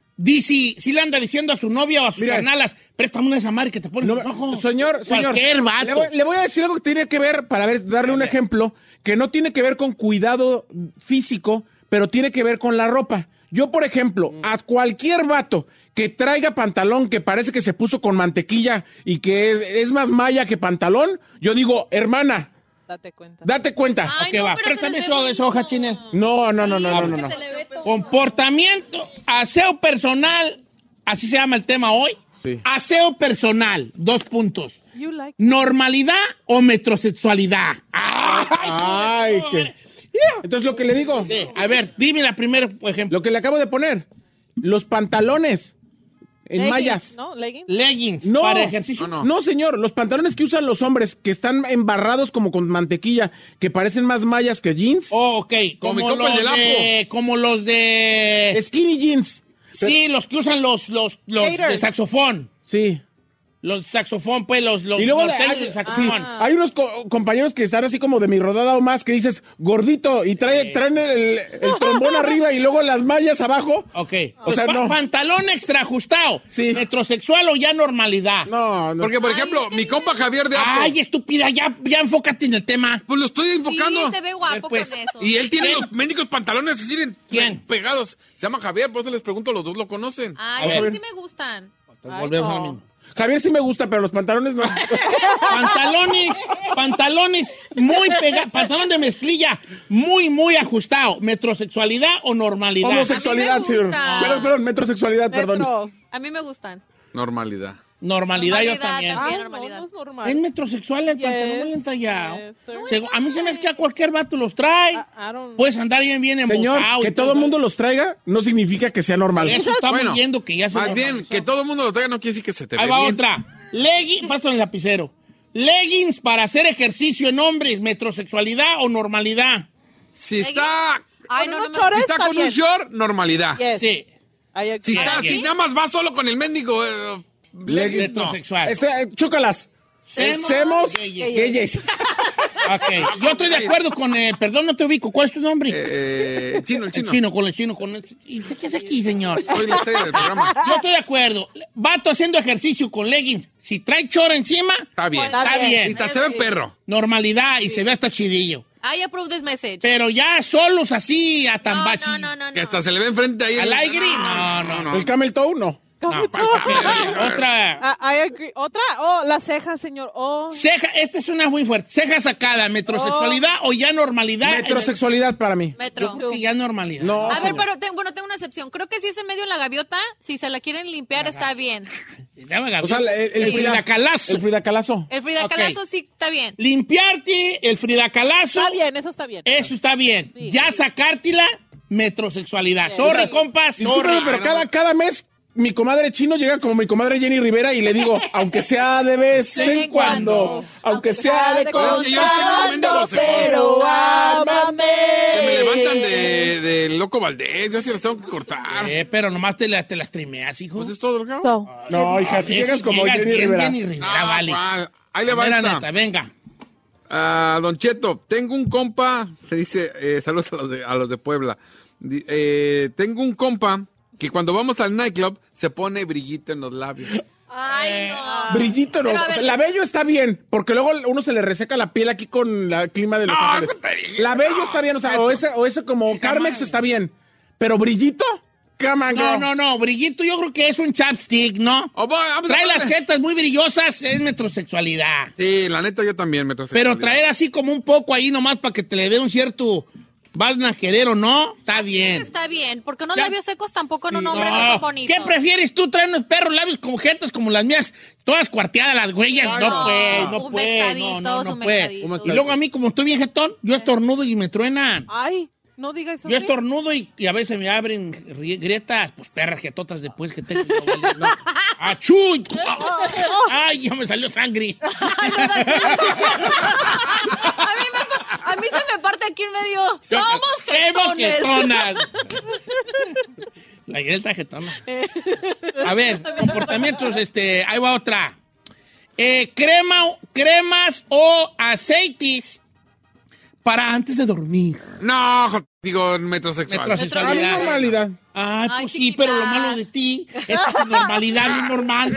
dice, si le anda diciendo a su novia o a sus Mira. carnalas, préstame una de esa madre que te pones No, los ojos. señor, señor. Cualquier vato. Le voy, le voy a decir algo que tiene que ver, para ver, darle un ejemplo, que no tiene que ver con cuidado físico, pero tiene que ver con la ropa. Yo, por ejemplo, a cualquier vato que traiga pantalón que parece que se puso con mantequilla y que es, es más malla que pantalón, yo digo, hermana, date cuenta. date cuenta. Ay, Ok, no, va, pero préstame se les eso, ve eso, hoja chine. No, no, no, Sí, no, no, no, porque no. se le ve todo. Comportamiento, aseo personal, así se llama el tema hoy. Sí. Aseo personal, dos puntos. You like ¿Normalidad o metrosexualidad? ¡Ay! Ay, qué. Entonces lo que le digo, Sí, a ver, dime la primera ejemplo. lo que le acabo de poner, los pantalones en leggings, mallas. ¿no? Leggings. Leggings No. para ejercicio. No, No, señor, los pantalones que usan los hombres, que están embarrados como con mantequilla, que parecen más mallas que jeans. Oh, ok, Como mi como compa el los del de, como los de, Skinny jeans. sí, los que usan los, los, los de Haters. saxofón. Sí. Los saxofón, pues, los, los Y luego de- norteños hay, de saxofón. sí, hay unos co- compañeros que están así como de mi rodada o más, que dices, gordito, y trae, traen el, el trombón arriba y luego las mallas abajo. Ok. O sea, Pa- no. Pantalón extra ajustado. Sí. ¿Metrosexual o ya normalidad? No, no. Porque, por Ay, ejemplo, es que mi mira. compa Javier de Apo, Ay, estúpida, ya, ya enfócate en el tema. pues lo estoy Sí, enfocando. se ve guapo Pues, con eso. Y él tiene ¿Quién? los médicos pantalones así en- ¿Quién? pegados. Se llama Javier, por eso les pregunto, los dos lo conocen. Ay, A a mí ver. sí me gustan. Ay, Volvemos no. a lo mismo. Javier sí me gusta, pero los pantalones no. Pantalones, pantalones muy pegados, pantalón de mezclilla, muy, muy ajustado. ¿Metrosexualidad o normalidad? Homosexualidad, A mí me señor. gusta. Perdón, perdón, metrosexualidad, perdón. Metro. A mí me gustan. Normalidad. Normalidad, yo Normalidad también. también. Ay, normalidad. no, no es normal. Es metrosexual el Yes, pantalón muy entallado. yes, sir. Segu- a mí se me hace que a cualquier vato los trae. I- I don't- Puedes andar bien, bien Señor, embotado. y que todo el mundo los traiga no significa que sea normal. Eso estamos Bueno, viendo que ya se Más bien, normalizó. que todo el mundo lo traiga no quiere decir que se te Ahí ve va bien. otra. Leggings, pásame el lapicero. Leggings para hacer ejercicio en hombres, metrosexualidad o normalidad. Si está, Ay, Con no, unos no me- chores si está está con un bien. short, normalidad. Yes. Sí, I agree. Si, está, ¿Sí? si nada más va solo con el mendigo, eh, leggings, no. metrosexual. Este, chócalas. Semos, Semos gayes. gayes. Ok, yo estoy de acuerdo con, eh, perdón, no te ubico, ¿cuál es tu nombre? Eh, el chino, el el chino. chino, con el chino, con el... ¿Y usted qué es aquí, señor? Soy la estrella del programa. Yo estoy de acuerdo. Vato haciendo ejercicio con leggings, si trae chora encima, Está bien. Está está bien. bien. Y está, se ve perro. Normalidad y se ve hasta chidillo. I approve this message. Pero ya solos así, a No, tambachi. no, no, no, no. Que hasta se le ve enfrente ahí. ¿Al aire? No, no, no. El camel toe, no. No, otra. I, I agree. Otra, oh, las cejas, señor. Oh. Ceja, esta es una muy fuerte. Ceja sacada, metrosexualidad o ya normalidad. Metrosexualidad para mí. Yo Metro. creo que ya normalidad. No, A ver, señor. pero te- bueno, tengo una excepción. Creo que si es en medio de la gaviota, si se la quieren limpiar, está bien. Ya me O sea, el, el, el Frida Calazo. El Frida Calazo. El Frida Ok. Calazo sí está bien. Limpiarte el Frida Calazo, Está bien, eso está bien. eso está bien. Sí. Ya sacártela, metrosexualidad. Sorry, compas, sorry. Discúlpeme, pero cada, cada mes mi comadre chino llega como mi comadre Jenny Rivera y le digo, aunque sea de vez en cuando, aunque sea de Pero es que yo tengo un mendigo contacto, secón. pero ámame. Que me levantan de, de Loco Valdés, ya se los tengo que cortar. Eh, pero nomás te las te las trimeas, hijo. Pues es todo lo que hago. So, No, hija, si Ese llegas como llegas Jenny bien, Rivera. Jenny Rivera, Ah, vale. ¿cuál? Ahí le va Mira, esta. neta, venga. Ah, Don Cheto, tengo un compa, se dice, eh, saludos a los, de, a los de Puebla. Di- eh, tengo un compa que cuando vamos al nightclub se pone brillito en los labios. Ay, no. Brillito no. Pero a O sea, ver- labello está bien, porque luego uno se le reseca la piel aquí con el clima de Los No, Ángeles. eso te dije, Labello no, está bien, o sea, o ese, o ese como Carmex está bien. Pero brillito, come on, No, girl. no, no, brillito yo creo que es un chapstick, ¿no? Oh, voy, vamos a Trae las ponerle. jetas muy brillosas, es metrosexualidad. Sí, la neta yo también me Pero traer así como un poco ahí nomás para que te le dé un cierto... ¿Van a querer o no? Está bien. Está bien, porque unos Ya. labios secos tampoco en un No, hombre no son bonitos. ¿qué prefieres tú? ¿Traer unos perros labios como jetas como las mías? Todas cuarteadas las huellas. No, No, no, puede, no un puede. No, mecadito, no, no un puede. mecadito. Y luego a mí, como estoy bien jetón, yo estornudo y me truenan. Ay, no digas eso. Yo ¿sí? estornudo y, y a veces me abren ri- grietas, pues perras jetotas después que tengo. yo, vale, no. ¡Achú! ¡Ay, ya me salió sangre! A mí, me- a mí se me parte aquí en medio. Somos ¡Somos jetones. jetonas! La grieta jetona. A ver, comportamientos, este, ahí va otra. Eh, crema, cremas o aceites para antes de dormir. No, jo- digo, metrosexual. A mi Metrosexualidad. normalidad. Ay, Ay, pues sí, chiquita. pero lo malo de ti es que tu normalidad no es normal.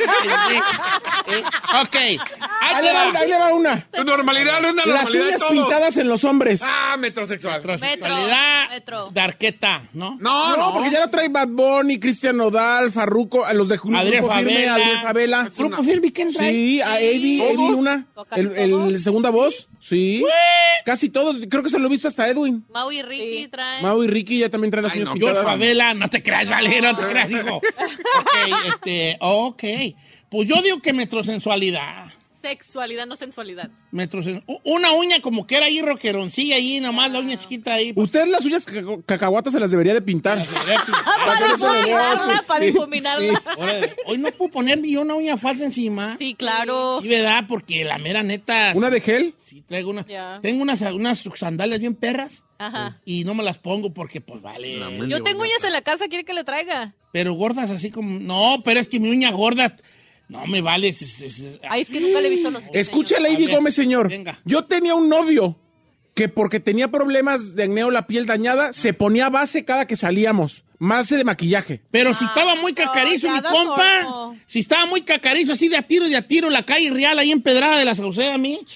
Eh, ok, ahí Ahí te le va va. una, ahí le va una. Tu normalidad no es la Las normalidad de uñas todos. pintadas en los hombres. Ah, metrosexual. Metrosexualidad, Metro. darqueta, ¿no? No, No, no. porque ya lo trae Bad Bunny, Cristian Nodal, Farruko, a los de Grupo Adrián Firme, Favela. Adrián Favela. Grupo Firme, ¿quién trae? Sí, a Evi, Evi Luna, el, el segunda voz, sí. Casi todos, creo que se lo he visto hasta Edwin. Mau y Ricky traen. Mau y Ricky ya también traen las Ay, uñas no, pintadas. George Favela, no te creas, vale, no te creas, hijo. Ok, este, ok. Pues yo digo que metrosensualidad. Sexualidad, no sensualidad. Metrosen- u- Una uña como que era ahí roqueroncilla ahí, nomás la uña chiquita ahí. pues, Usted las uñas caca- cacahuatas se las debería de pintar. Para que no se le vea. difuminarla, para Sí, difuminarla. Órale, hoy no puedo ponerme yo una uña falsa encima. Sí, claro. Sí, ¿verdad? Porque la mera neta... ¿Una de gel? Sí, traigo una... Ya. Tengo unas, unas sandalias bien perras Ajá. y no me las pongo porque, pues, vale. Yo tengo uñas en la casa, ¿quiere que le traiga? Pero gordas así como... No, pero es que mi uña gorda... No me vale. es- es- es- Ay, es que nunca le he visto los Escucha, A Lady ver, Gómez, señor. venga. Yo tenía un novio que porque tenía problemas de acné o la piel dañada, se ponía base cada que salíamos. Base de maquillaje. Pero si estaba muy cacarizo, no, mi cada compa. torno. Si estaba muy cacarizo, así de a tiro y de a tiro, la calle real ahí empedrada de la Sauceda, Mitch.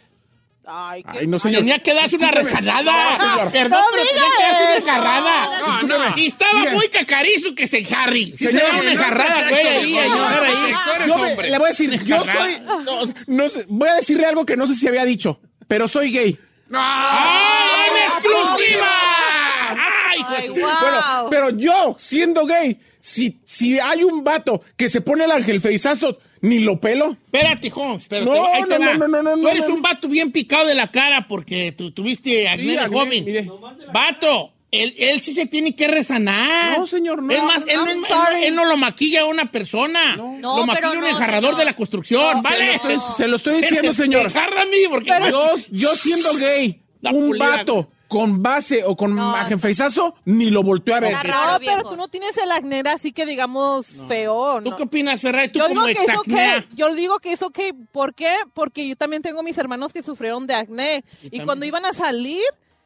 Ay, qué... Ay, no, señor. Tenía que darse una Discúlpeme. rezagada. No, señor. Perdón, No pero diga tenía que darse una eso. enjarrada. No, no. Si estaba Mire. muy cacarizo, que se enjarri. Si se Señor, da una no enjarrada, te güey, texto, ahí, mejor. a llorar ahí. Tú eres Yo me- hombre. le voy a decir, yo Enjarrada. soy... No, no sé, voy a decirle algo que no sé si había dicho, pero soy gay. No. ¡Ay, en exclusiva! ¡Ay, hijo de Ay, su- wow. Bueno, pero yo, siendo gay, si, si hay un vato que se pone el ángel feizazo, ni lo pelo. Espérate, Holmes, espérate. No, ahí te no, va. no, no, no, Tú no, eres no, un no. vato bien picado de la cara porque tú tuviste acné Sí, de acné, joven. mire. Vato, él, él sí se tiene que resanar. No, señor, no. Es más, él, I'm no- él no- sorry. él no lo maquilla a una persona. No, lo maquilla pero un no, enjarrador señor. de la construcción, ¿vale? Se lo estoy, se lo estoy diciendo, señor. Encárrame, porque... Yo, yo siendo gay, La un pulida. vato con base o con No. ángel feizazo, ni lo volteo a ver. Está No, raro, pero viejo. tú no tienes el acné así que digamos feo, ¿Tú ¿no? qué opinas, Ferrari? Tú Yo digo como que es exacnea. ok. Yo digo que es ok. ¿Por qué? Porque yo también tengo mis hermanos que sufrieron de acné. Y también. cuando iban a salir,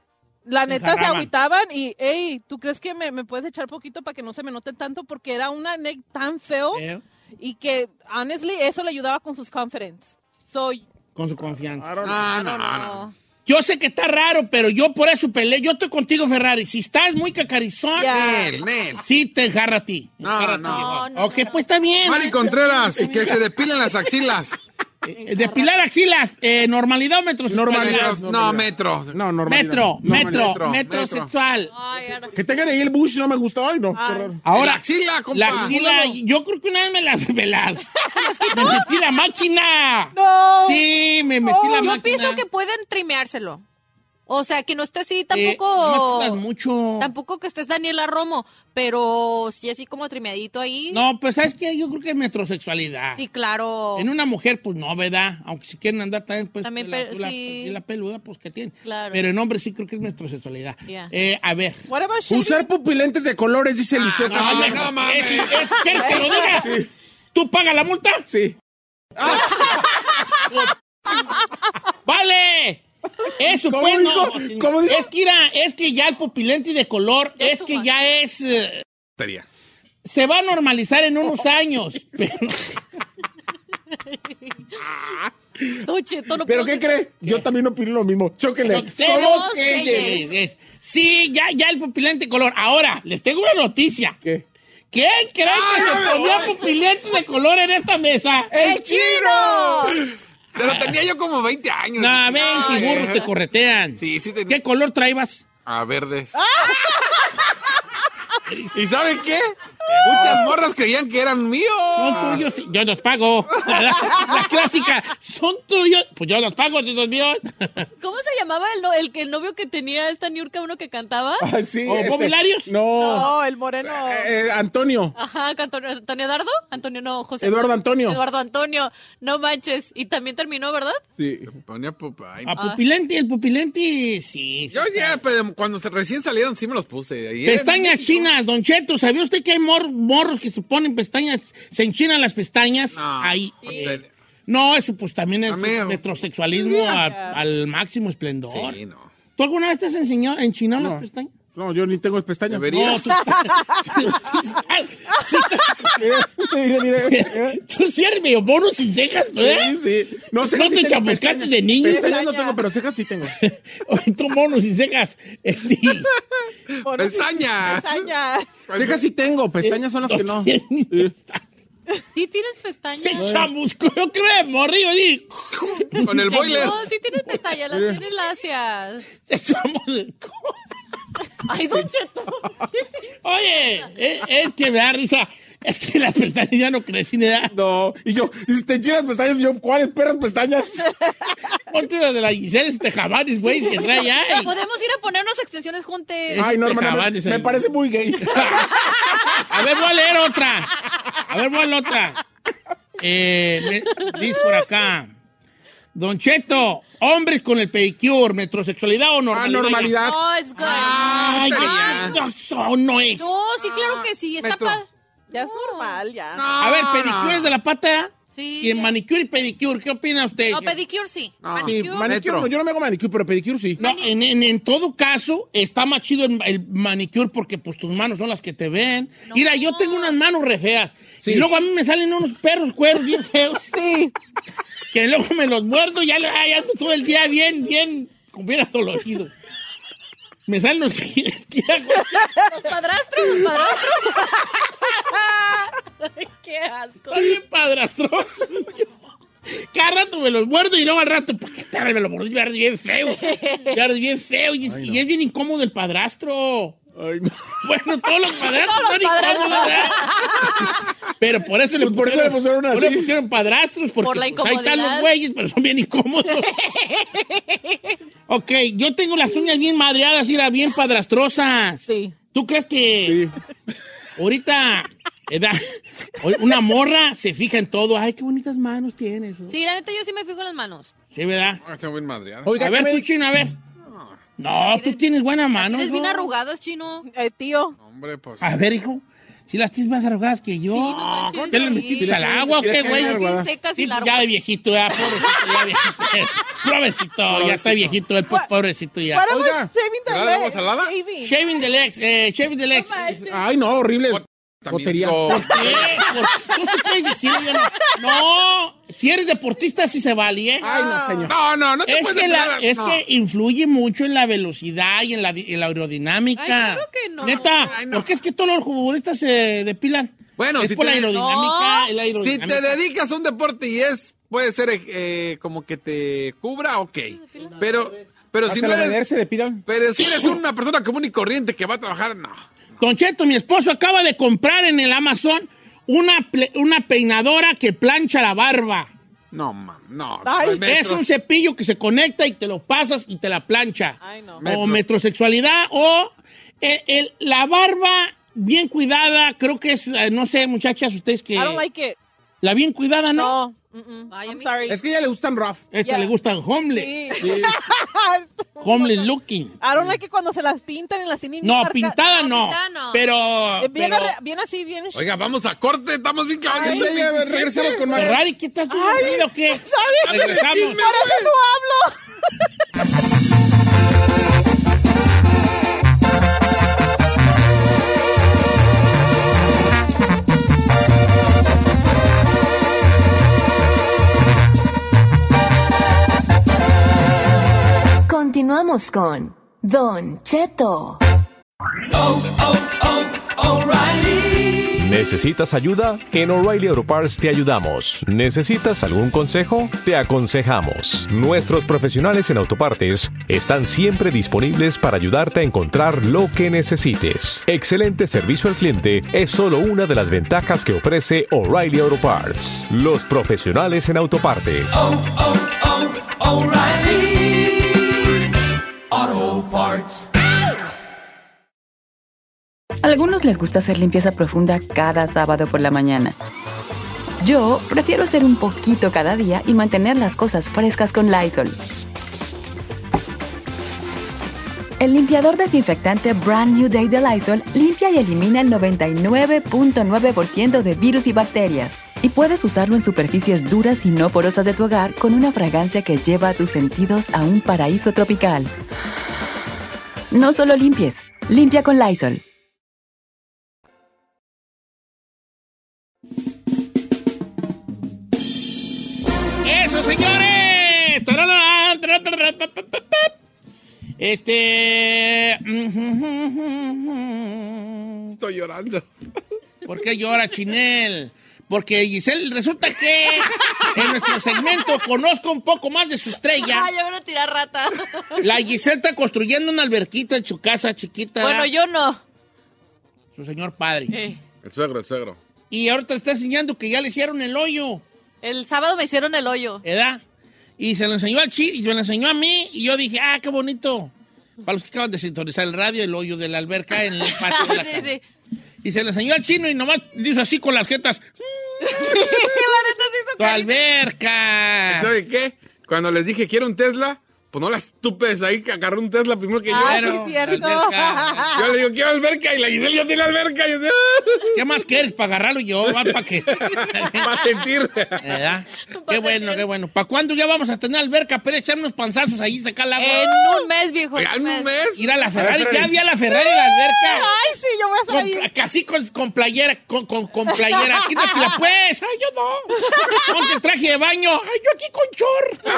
la neta se enjarraban. agüitaban y, hey, ¿tú crees que me, me puedes echar poquito para que no se me note tanto? Porque era un acné tan feo Eh, y que, honestly, eso le ayudaba con sus confidence. So, Con su confianza. No, no, no. Yo sé que está raro, pero yo por eso peleé. Yo estoy contigo, Ferrari. Si estás muy cacarizón, Ya. Nel, Nel. sí te enjarra a ti. No, Enjarra a ti, no. igual. No, no, ok, no. pues está bien. Mari Contreras, que se depilen las axilas. Eh, Depilar axilas, eh, normalidad o metrosexualidad. Normalidad. No, metro. No, normalidad. Metro, metro, Metro, metrosexual. Ay, ahora- Que tengan ahí el bush no me gusta. Ay, no. qué Ay. raro. Ahora, La axila, compa. la axila, yo creo que una vez me las, me las, me metí la máquina. no. Sí, me metí la Yo máquina. pienso que pueden trimeárselo. O sea, que no esté así Eh, nomás tampoco... sudas mucho. Tampoco que estés Daniela Romo, pero sí así como trimeadito ahí. No, pues ¿sabes qué? Yo creo que es metrosexualidad. Sí, claro. En una mujer, pues no, ¿verdad? Aunque si quieren andar también, pues También la, pe- la- sí. sí, la peluda, pues que tiene. Claro. Pero en hombre sí creo que es metrosexualidad. Ya. Eh, a ver. What about shady? Usar pupilentes de colores, dice Eliseo No, Castellanos. no, no mames. es- es- ¿Quieres que lo diga? ¿Tú pagas la multa? Sí. ¡Vale! Eso, ¿Cómo pues, dijo? no. ¿Cómo dijo? Es que, era, es que ya el pupilente de color, Ya es su que madre. ya es... eh, Sería. se va a normalizar en unos años. Pero, Don Cheto, no ¿Pero puedo qué cree? Yo también opino lo mismo. Chóquenle. Somos Somos gayes. gayes. Es- Sí, ya, ya el pupilente de color. Ahora, les tengo una noticia. ¿Qué? ¿Quién cree que se ponía pupilente de color en esta mesa? ¡El chino! Pero tenía yo como veinte años. No, veinte Ay, burros te corretean. Sí, sí tenía. ¿Qué color traibas? A verdes. ¿Y saben qué? Muchas morras creían que eran míos. Son tuyos, sí, yo los pago. La, la clásica, son tuyos, pues yo los pago, si son míos. ¿Cómo se llamaba el, no- el, que- el novio que tenía esta Niurka, uno que cantaba? Ay, sí, ¿O Bobby Larios? No. No, el moreno. Eh, eh, Antonio. Ajá, que Antonio, Antonio Dardo. Antonio no, José. Eduardo Antonio. Eduardo Antonio. No manches. Y también terminó, ¿verdad? Sí. Ponía pupa. Ay, A pupilente, el pupilente, sí. sí. Yo ya, pero cuando se recién salieron, sí me los puse. Ahí Pestañas en México. chinas, Don Cheto, ¿sabía usted que hay mor- morros que se ponen pestañas, se enchinan las pestañas? No. Ahí. Sí. No, eso pues también es Amigo. metrosexualismo a- al máximo esplendor. Sí, no. ¿Tú alguna vez te has enseñado, enchinado No. las pestañas? No, yo ni tengo pestañas. Debería. No, tú, sí estás- Mire, mire, mire. tú sí eres medio mono sin cejas, ¿eh? Sí, sí. No, cejas ¿No sí te tengo, chamuscaste pestañas. de niño? Pestañas no tengo, pero cejas sí tengo. Oye, tú mono sin cejas. Este, Bueno, sí, Pestañas. Pestaña. Cejas sí tengo, pestañas son las que no. tienes ni Sí. pestañas. Sí tienes pestañas. Se chamuscó, yo creo de morrillo, y Con el boiler. No, sí tienes pestañas, las tienes lacias. se chamuscó. Ay, Don Cheto. Oye, es, es que me da risa. Es que las pestañas ya no crecen, ¿verdad? No, y yo, y te enchinas pestañas y yo, ¿cuáles perras pestañas? Ponte una de la Giselle, este jabanes, güey, que trae ahí. Podemos ir a ponernos extensiones juntos. Ay, no, Este hermana, me, jabanes me ahí. parece muy gay. A ver, voy a leer otra. A ver, voy a leer otra. Eh, me, dice por acá. Don Cheto, hombres con el pedicure, metrosexualidad o normalidad. Ah, normalidad. No, es good. Ay, Ah, ay, no, eso no es. No, sí, claro que sí. Está Metro. pa- Ya es normal, ya. A ver, pedicure es de la pata. Sí. Y en manicure y pedicure, ¿qué opina usted? No, pedicure sí. No. Sí, Manicure. manicure, Metro. no, yo no me hago manicure, pero pedicure sí. No, en, en, en todo caso, está más chido el, el manicure porque pues tus manos son las que te ven. No. Mira, yo tengo unas manos re feas. Sí. Y luego a mí me salen unos perros cueros bien feos. Sí. Que luego me los muerdo y ya, ya, ya todo el día bien, bien, con bien atolorido. Me salen los chiles. Los padrastros, los padrastros. Ay, qué asco. Estoy bien padrastro. Cada rato me los muerdo y luego al rato, ¿por qué perra me lo mordí? Me arde bien feo. Me arde bien feo y, es- y es bien incómodo el padrastro. Ay, no. Bueno, todos los padrastros Todos son los padrastros. incómodos, ¿verdad? Pero por eso le Pues por eso pusieron, le pusieron así. por eso le pusieron padrastros, porque Por la pues, ahí están incomodidad. los güeyes, pero son bien incómodos. Ok, yo tengo las uñas bien madreadas y era bien padrastrosas. Sí. ¿Tú crees que ahorita edad, una morra se fija en todo? Ay, qué bonitas manos tienes. ¿no? Sí, la neta, yo sí me fijo en las manos. Sí, ¿verdad? Ah, está bien madreada. Oiga, A ver, ¿qué tú, me- Chino, a ver. No, tú tienes buena mano. Tienes bien ¿no? arrugadas, chino. Eh, tío. Hombre, pues. A ver, hijo. Si las tienes más arrugadas que yo. Sí, no manches, ¿Qué le sí. metiste al Sí, agua o sí, qué, sí, güey? sí, Bien arrugadas. secas Sí, y pues ya largas. de viejito, ya, pobrecito, ya viejito. Pobrecito, ya está viejito, el po- pobrecito ya. What am I Oiga, shaving the ¿será de agua leg? salada? Shaving. Shaving the legs, eh, shaving the legs. No manches. Ay, no, horrible. También Botería. digo, ¿Qué? ¿Por qué? ¿Tú sí puedes decir? Yo no. No, si eres deportista sí se vale, ¿eh? Ay, no, señor. No, no, no te Es, puedes que, la- entrar, es no. que influye mucho en la velocidad y en la, en la aerodinámica. Ay, claro que no. Neta, Ay, no. ¿por qué es que todos los futbolistas se depilan? Bueno, es si por la te- aerodinámica. No. es la Si aerodinámica. te dedicas a un deporte y es, puede ser eh, como que te cubra, ok. Pero, pero si Hasta no la eres, mujer se depilan. pero si eres una persona común y corriente que va a trabajar, no. Don Cheto, mi esposo acaba de comprar en el Amazon una, ple- una peinadora que plancha la barba. No, mam, no. Ay. no, Es metros. un cepillo que se conecta y te lo pasas y te la plancha. Ay, no. O Metros. metrosexualidad o el- el- la barba bien cuidada, creo que es, eh, no sé, muchachas, ustedes que... I don't like it. La bien cuidada, ¿no? No. Mm-mm. Ay, a I'm mí- sorry. Es que a ella le gustan rough. Esta Yeah. le gustan homeless. Sí. Homeless looking. I don't like it cuando se las pintan en las tienen No, marca- pintada No, no. pintada no. Pero... Eh, Bien, pero- arre- bien así, bien. Oiga, vamos a corte, estamos bien Ay, caballos. ya, ya, regresamos con más. Ferrari, ¿qué estás tú Ay, aburrido o qué? sorry. Regresamos. Por eso no hablo. Continuamos con Don Cheto. Oh, oh, oh, O'Reilly. ¿Necesitas ayuda? En O'Reilly Auto Parts te ayudamos. ¿Necesitas algún consejo? Te aconsejamos. Nuestros profesionales en autopartes están siempre disponibles para ayudarte a encontrar lo que necesites. Excelente servicio al cliente es solo una de las ventajas que ofrece O'Reilly Auto Parts. Los profesionales en autopartes. Oh, oh, oh, O'Reilly Auto Parts. A algunos les gusta hacer limpieza profunda cada sábado por la mañana. Yo prefiero hacer un poquito cada día y mantener las cosas frescas con Lysol. El limpiador desinfectante Brand New Day de Lysol limpia y elimina el noventa y nueve punto nueve por ciento de virus y bacterias. Y puedes usarlo en superficies duras y no porosas de tu hogar con una fragancia que lleva a tus sentidos a un paraíso tropical. No solo limpies, limpia con Lysol. ¡Eso, señores! Este... Estoy llorando. ¿Por qué llora, Chinel? Porque Giselle, resulta que en nuestro segmento conozco un poco más de su estrella. Ay, ya van a tirar rata. La Giselle está construyendo una alberquita en su casa chiquita. Bueno, yo no. Su señor padre. Eh. El suegro, el suegro. Y ahorita está enseñando que ya le hicieron el hoyo. El sábado me hicieron el hoyo. ¿Verdad? Y se lo enseñó al Chi, y se lo enseñó a mí, y yo dije, ah, qué bonito. Para los que acaban de sintonizar el radio, el hoyo de la alberca en el patio de la sí, casa. sí. Y se lo enseñó al chino y nomás hizo así con las jetas. La neta se hizo ¡Tu alberca! ¿Sabe qué? Cuando les dije quiero un Tesla, pues no las estúpides ahí que agarró un Tesla primero que yo. Ah, Pero, sí, cierto. alberca. Yo le digo quiero alberca y la Giselle ya tiene alberca. Y yo, ¿Qué más quieres para agarrarlo yo? ¿Va para qué? para sentir. ¿Verdad? Qué bueno, qué bueno. ¿Para cuándo ya vamos a tener alberca? Pero echar unos panzazos ahí y sacar el agua. En un mes, viejo. ¿En un mes? Ir a la Ferrari. Ya vi a la Ferrari en la alberca. Ay, sí, yo voy a Con, salir. casi con, con playera, con, con, con playera. Quítatela pues. Ay, yo no. Ponte traje de baño. Ay, yo aquí con chor.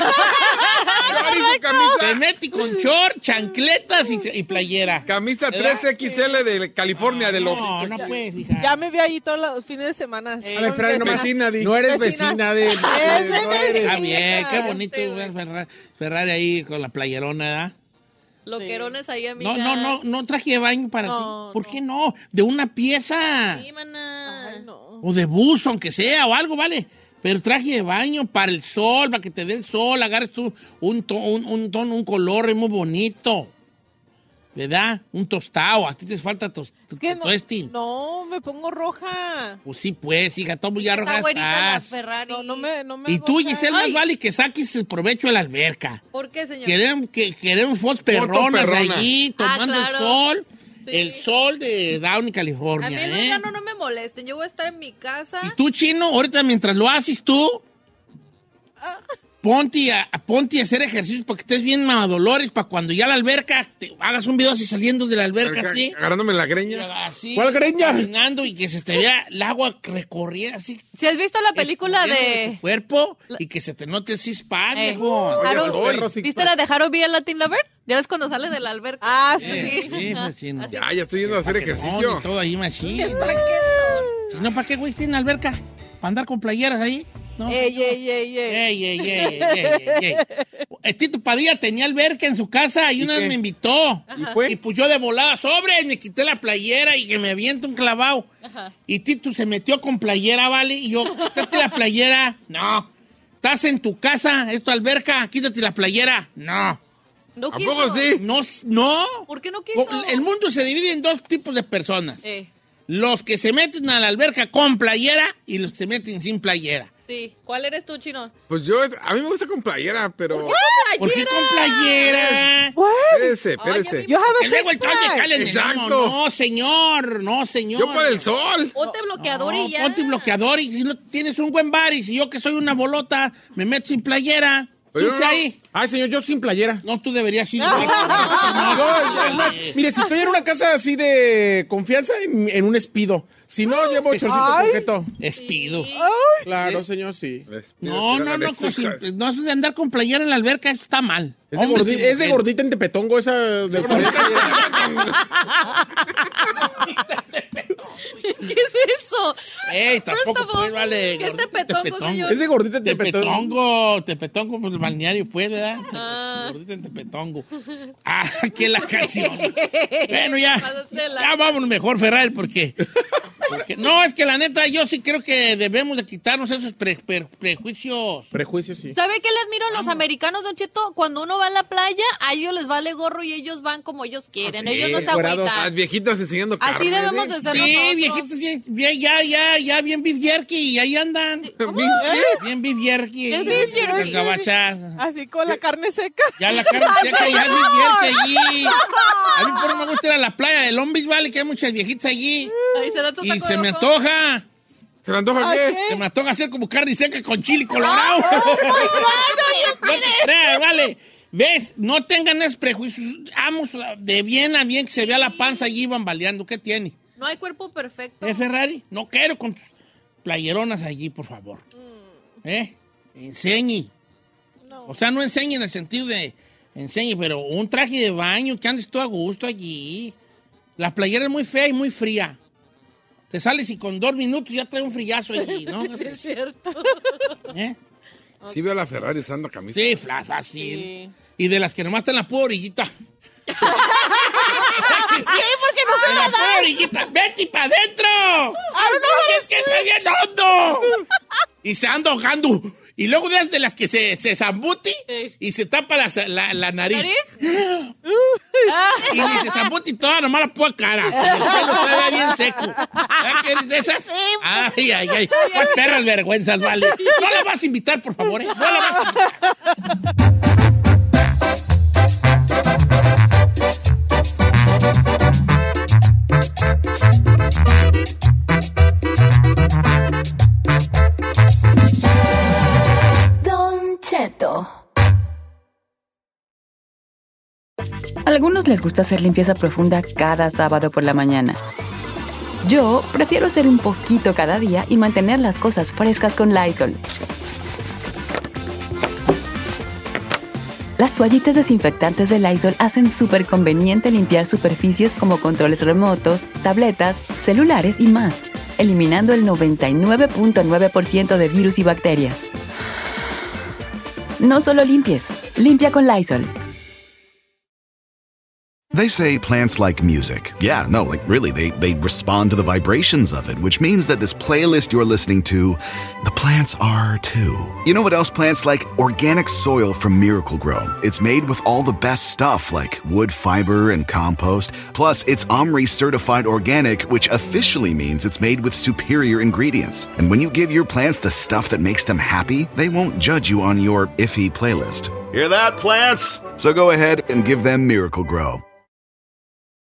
Su camisa, Se mete con short, chancletas y, y playera. camisa ¿Verdad? tres equis ele de California, de los... No, no puedes, hija. Ya me vi ahí todos los fines de semana. A ver, Ferrari, no, Vecina, di. no eres Vecina. vecina de... Es no de eres- Está bien, qué Este, bonito ver Ferrari, Ferrari ahí con la playerona, ¿verdad? Loquerones ahí, amiga. No, no, no, no traje de baño para No, ti. ¿Por no. qué no? De una pieza. Sí, mana. Ay, no. O de buzo, aunque sea, o algo, ¿vale? Pero traje de baño para el sol, para que te dé el sol, agarres tú un tono, un, un, tono, un color muy bonito. ¿Verdad? Un tostado. A ti te falta tos, Es que no, tosting. no, me pongo roja. Pues sí, pues, hija, todo ya roja Está güerita la estás. Ferrari. No, no me, no me Y tú, goza. Giselle, más Ay. vale que saques el provecho de la alberca. ¿Por qué, señor? Queremos, que, queremos fotos perronas perrona. allí, Ah, tomando claro. el sol. Sí. El sol de Downey, California. A mí el ¿eh? verano no me molesten. Yo voy a estar en mi casa. Y tú, chino, ahorita mientras lo haces tú, ponte a, ponte a hacer ejercicios para que estés bien mamadolores, para cuando ya la alberca, te hagas un video así saliendo de la alberca, así. Agarrándome la greña. Así. ¿Cuál greña? Caminando y que se te vea el agua recorriendo así. Si has visto la película escurriendo de... tu cuerpo y que se te note el six-pack, Eh. viejo. Harold- estoy. Perro six ¿Viste la de Harold B. el Latin Lover? ¿Ya ves cuando sale de la alberca? Ah, sí. Sí, sí, Ajá. sí, chino. Así. Ya, ya estoy yendo a hacer No, ejercicio. y todo ahí, machín. ¿Para qué Si no, ¿para qué, güey, tiene alberca? ¿Para andar con playeras ahí? No. Ey, ey, ey, ey. Ey, ey, ey, ey, ey, ey. Eh, Tito Padilla tenía alberca en su casa y una vez qué? me invitó. ¿Y fue? Y pues yo de volada sobre y me quité la playera y que me aviento un clavado. Ajá. Y Tito se metió con playera, ¿vale? Y yo, quítate la playera. No. ¿Estás en tu casa? ¿Es tu alberca? Quítate la playera. No. ¿No ¿A quiso? poco sí? No. no. ¿Por qué no quiso? El mundo se divide en dos tipos de personas. Eh, Los que se meten a la alberca con playera y los que se meten sin playera. sí. ¿Cuál eres tú, chino? Pues yo, a mí me gusta con playera, pero... ¿Por qué con playera? Espérese, espérese. You have a Que luego el six sol le pack. cale en el Exacto. ano. No, señor, no, señor. Yo por el sol. Ponte bloqueador No, y ya. ponte bloqueador y si no tienes un buen bar y si yo que soy una bolota me meto sin playera. ¿Tú estás ahí? Ay, señor, yo sin playera. No, tú deberías ir. No, es más, mire, si estoy en una casa así de confianza, en, en un espido. Si no, llevo chorcito coqueto. Espido. Claro, señor, sí. No, no, no, con, sin, no es de andar con playera en la alberca, eso está mal. Es de, Hombre, gordita, sí, es de gordita en Tepetongo, esa de ¿Qué es eso? Ey, tampoco First of all, pues, vale. ¿qué es Tepetongo, señor? Es de gordita en Tepetongo. Tepetongo, Tepetongo, pues el balneario pues, ¿verdad? Ah. Gordita en Tepetongo. Ah, aquí es la canción. Bueno, ya, ya vámonos mejor, Ferrari, porque, porque... No, es que la neta, yo sí creo que debemos de quitarnos esos pre, pre, prejuicios. Prejuicios, sí. ¿Sabe qué le admiro a los Vamos. americanos, Don Cheto? Cuando uno va a la playa, a ellos les vale gorro y ellos van como ellos quieren. Así ellos no es, se agüitan. Las viejitas enseñando carne. Así debemos de ser Sí, nosotros. viejitos, bien, bien, ya, ya, ya, bien beef jerky, y ahí andan. Sí. Bien beef jerky. ¿Qué es beef jerky? Las gabachas. Así con la carne seca. Ya la carne seca, ya beef jerky allí. A mí por eso me gusta ir a la playa de Long Beach Valley, que hay muchas viejitas allí. Ahí se dan su Y taco se de me ojo. antoja. ¿Se le antoja qué? Se me antoja hacer como carne seca con chile colorado. No te creas, vale. ¿Ves? No tengan esos prejuicios. Vamos de bien a bien que se vea la panza allí bambaleando. ¿Qué tiene? No hay cuerpo perfecto. ¿Eh, Ferrari? No quiero con tus playeronas allí, por favor. ¿Eh? Enseñe. No. O sea, no enseñe en el sentido de... Enseñe, pero un traje de baño, que andes tú a gusto allí. La playera es muy fea y muy fría. Te sales y con dos minutos ya trae un frillazo allí, ¿no? Sí, es cierto. ¿Eh? Sí veo a la Ferrari usando camisa. Sí, fla- fácil. Sí. Y de las que nomás están en la pura orillita. Sí, porque no se En la pura orillita. ¡Vete para adentro! ¡Es que está bien hondo! Y se anda ahogando. Y luego de, de las que se, se zambuti y se tapa la, la, la nariz. ¿Nariz? Y ni se zambuti toda, nomás la pura cara. El pelo todavía bien seco. ¿Verdad que eres de esas? Ay, ay, ay. Más perras vergüenzas, vale. No la vas a invitar, por favor, ¿eh? No la vas a invitar. Don Cheto. A algunos les gusta hacer limpieza profunda cada sábado por la mañana. Yo prefiero hacer un poquito cada día y mantener las cosas frescas con Lysol. Las toallitas desinfectantes de Lysol hacen súper conveniente limpiar superficies como controles remotos, tabletas, celulares y más, eliminando el noventa y nueve punto nueve por ciento de virus y bacterias. No solo limpies, limpia con Lysol. They say plants like music. Yeah, no, like really, they, they respond to the vibrations of it, which means that this playlist you're listening to, the plants are too. You know what else plants like? Organic soil from Miracle Grow. It's made with all the best stuff like wood fiber and compost. Plus, it's OMRI certified organic, which officially means it's made with superior ingredients. And when you give your plants the stuff that makes them happy, they won't judge you on your iffy playlist. Hear that, plants? So go ahead and give them Miracle Grow.